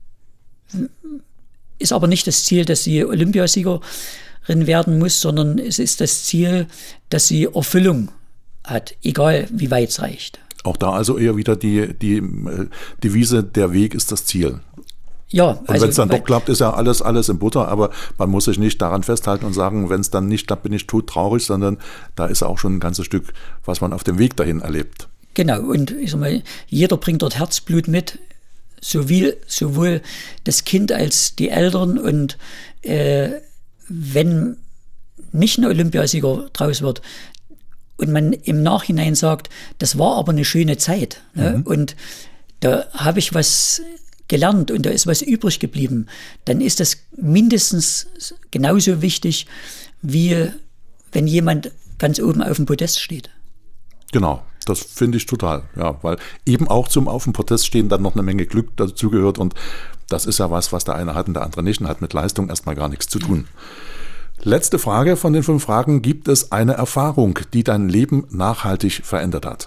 ist aber nicht das Ziel, dass sie Olympiasiegerin werden muss, sondern es ist das Ziel, dass sie Erfüllung hat, egal wie weit es reicht. Auch da also eher wieder die, die Devise, der Weg ist das Ziel. Ja. Und also, wenn es dann doch klappt, ist ja alles, alles in Butter, aber man muss sich nicht daran festhalten und sagen, wenn es dann nicht klappt, bin ich todtraurig, sondern da ist auch schon ein ganzes Stück, was man auf dem Weg dahin erlebt. Genau, und ich sag mal, jeder bringt dort Herzblut mit, sowohl, sowohl das Kind als die Eltern, und äh, wenn nicht ein Olympiasieger draus wird und man im Nachhinein sagt, das war aber eine schöne Zeit, ne? Mhm. Und da habe ich was gelernt und da ist was übrig geblieben, dann ist das mindestens genauso wichtig, wie wenn jemand ganz oben auf dem Podest steht. Genau. Das finde ich total, ja, weil eben auch zum auf dem Podest stehen dann noch eine Menge Glück dazugehört, und das ist ja was, was der eine hat und der andere nicht, und hat mit Leistung erstmal gar nichts zu tun. Letzte Frage von den fünf Fragen: Gibt es eine Erfahrung, die dein Leben nachhaltig verändert hat?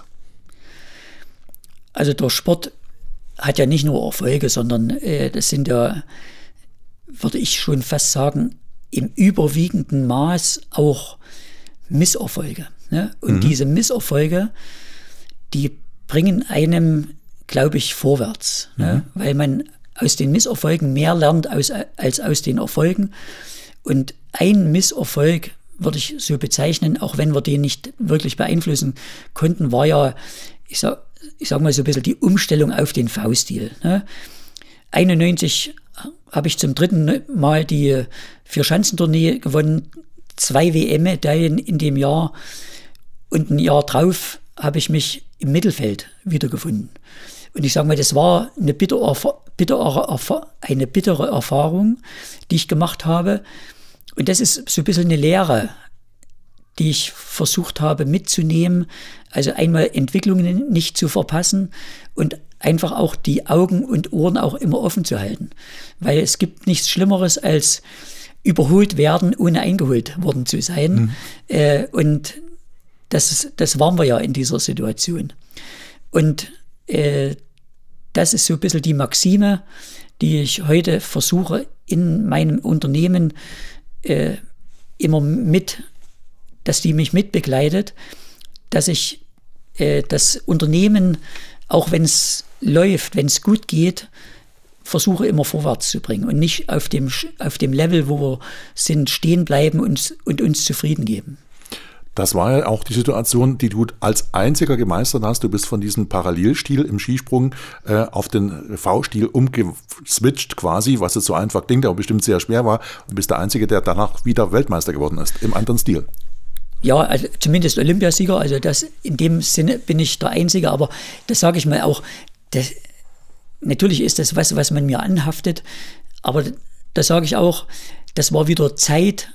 Also der Sport hat ja nicht nur Erfolge, sondern äh, das sind ja, würde ich schon fast sagen, im überwiegenden Maß auch Misserfolge. Ne? Und mhm. diese Misserfolge, die bringen einem, glaube ich, vorwärts, mhm. ne? Weil man aus den Misserfolgen mehr lernt aus, als aus den Erfolgen. Und ein Misserfolg, würde ich so bezeichnen, auch wenn wir den nicht wirklich beeinflussen konnten, war ja, ich sag, ich sag mal so ein bisschen die Umstellung auf den V-Stil. Ne? einundneunzig habe ich zum dritten Mal die Vier-Schanzentournee gewonnen, zwei W M-Medaillen in dem Jahr, und ein Jahr drauf habe ich mich im Mittelfeld wiedergefunden. Und ich sage mal, das war eine bittere, bittere, eine bittere Erfahrung, die ich gemacht habe. Und das ist so ein bisschen eine Lehre, die ich versucht habe mitzunehmen. Also einmal Entwicklungen nicht zu verpassen und einfach auch die Augen und Ohren auch immer offen zu halten. Weil es gibt nichts Schlimmeres als überholt werden, ohne eingeholt worden zu sein. Mhm. Äh, und das, das waren wir ja in dieser Situation. Und äh, das ist so ein bisschen die Maxime, die ich heute versuche, in meinem Unternehmen äh, immer mit, dass die mich mitbegleitet, dass ich äh, das Unternehmen, auch wenn es läuft, wenn es gut geht, versuche immer vorwärts zu bringen und nicht auf dem, auf dem Level, wo wir sind, stehen bleiben und, und uns zufrieden geben. Das war ja auch die Situation, die du als einziger gemeistert hast. Du bist von diesem Parallelstil im Skisprung äh, auf den V-Stil umgeswitcht quasi, was jetzt so einfach klingt, aber bestimmt sehr schwer war. Und bist der Einzige, der danach wieder Weltmeister geworden ist, im anderen Stil. Ja, also zumindest Olympiasieger, also das, in dem Sinne bin ich der Einzige, aber das sage ich mal auch, das, natürlich ist das was, was man mir anhaftet, aber das sage ich auch, das war wieder Zeit,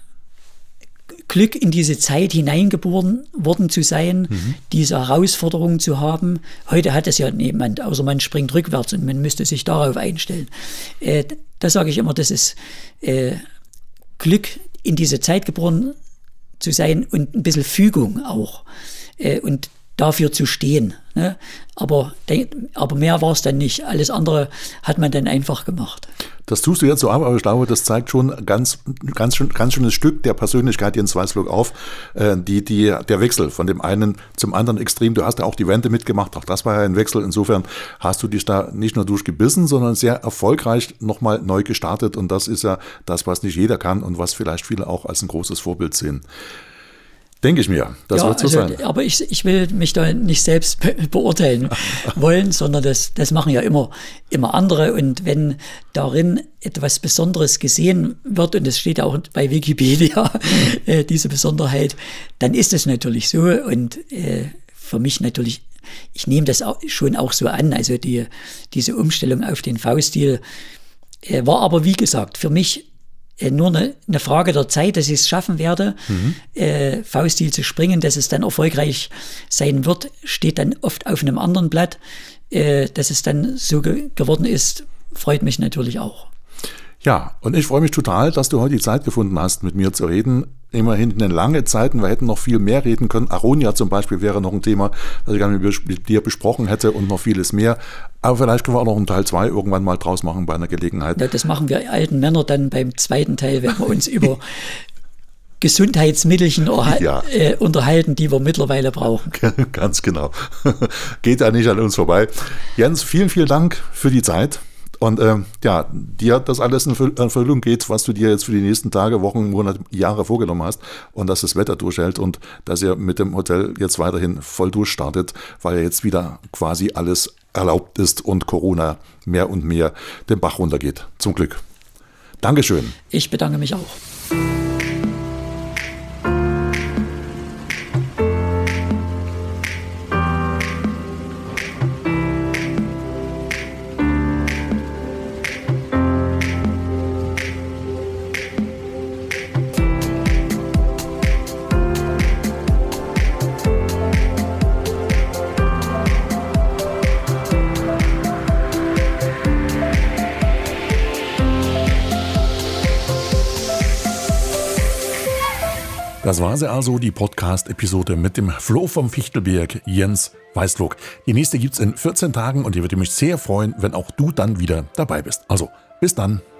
Glück in diese Zeit hineingeboren worden zu sein, mhm. diese Herausforderung zu haben. Heute hat es ja niemand, außer man springt rückwärts und man müsste sich darauf einstellen. Äh, das sage ich immer, das ist äh, Glück in diese Zeit geboren zu sein und ein bisschen Fügung auch äh, und dafür zu stehen. Ne? Aber, aber mehr war es dann nicht. Alles andere hat man dann einfach gemacht. Das tust du jetzt so ab, aber ich glaube, das zeigt schon ganz, ganz, ganz schönes Stück der Persönlichkeit Jens Weißflog auf, äh, die, die, der Wechsel von dem einen zum anderen Extrem. Du hast ja auch die Wende mitgemacht, auch das war ja ein Wechsel. Insofern hast du dich da nicht nur durchgebissen, sondern sehr erfolgreich nochmal neu gestartet. Und das ist ja das, was nicht jeder kann und was vielleicht viele auch als ein großes Vorbild sehen. Denke ich mir, das ja, wird so also, sein. Aber ich, ich will mich da nicht selbst be- beurteilen wollen, sondern das, das machen ja immer, immer andere. Und wenn darin etwas Besonderes gesehen wird, und es steht ja auch bei Wikipedia, äh, diese Besonderheit, dann ist es natürlich so. Und äh, für mich natürlich, ich nehme das auch, schon auch so an. Also die, diese Umstellung auf den V-Stil äh, war aber, wie gesagt, für mich nur eine, eine Frage der Zeit, dass ich es schaffen werde, mhm. äh, V-Stil zu springen, dass es dann erfolgreich sein wird, steht dann oft auf einem anderen Blatt. Äh, dass es dann so ge- geworden ist, freut mich natürlich auch. Ja, und ich freue mich total, dass du heute die Zeit gefunden hast, mit mir zu reden. Immerhin eine lange Zeit, wir hätten noch viel mehr reden können. Aronia zum Beispiel wäre noch ein Thema, das ich gerne mit dir besprochen hätte und noch vieles mehr. Aber vielleicht können wir auch noch einen Teil zwei irgendwann mal draus machen bei einer Gelegenheit. Ja, das machen wir alten Männer dann beim zweiten Teil, wenn wir uns über Gesundheitsmittelchen erha- ja. äh, unterhalten, die wir mittlerweile brauchen. Ganz genau. Geht ja nicht an uns vorbei. Jens, vielen, vielen Dank für die Zeit. Und ähm, ja, dir das alles in Erfüllung geht, was du dir jetzt für die nächsten Tage, Wochen, Monate, Jahre vorgenommen hast und dass das Wetter durchhält und dass ihr mit dem Hotel jetzt weiterhin voll durchstartet, weil ja jetzt wieder quasi alles erlaubt ist und Corona mehr und mehr den Bach runtergeht. Zum Glück. Dankeschön. Ich bedanke mich auch. Das war sie also, die Podcast-Episode mit dem Flo vom Fichtelberg, Jens Weißflog. Die nächste gibt's in vierzehn Tagen und ich würde mich sehr freuen, wenn auch du dann wieder dabei bist. Also, bis dann.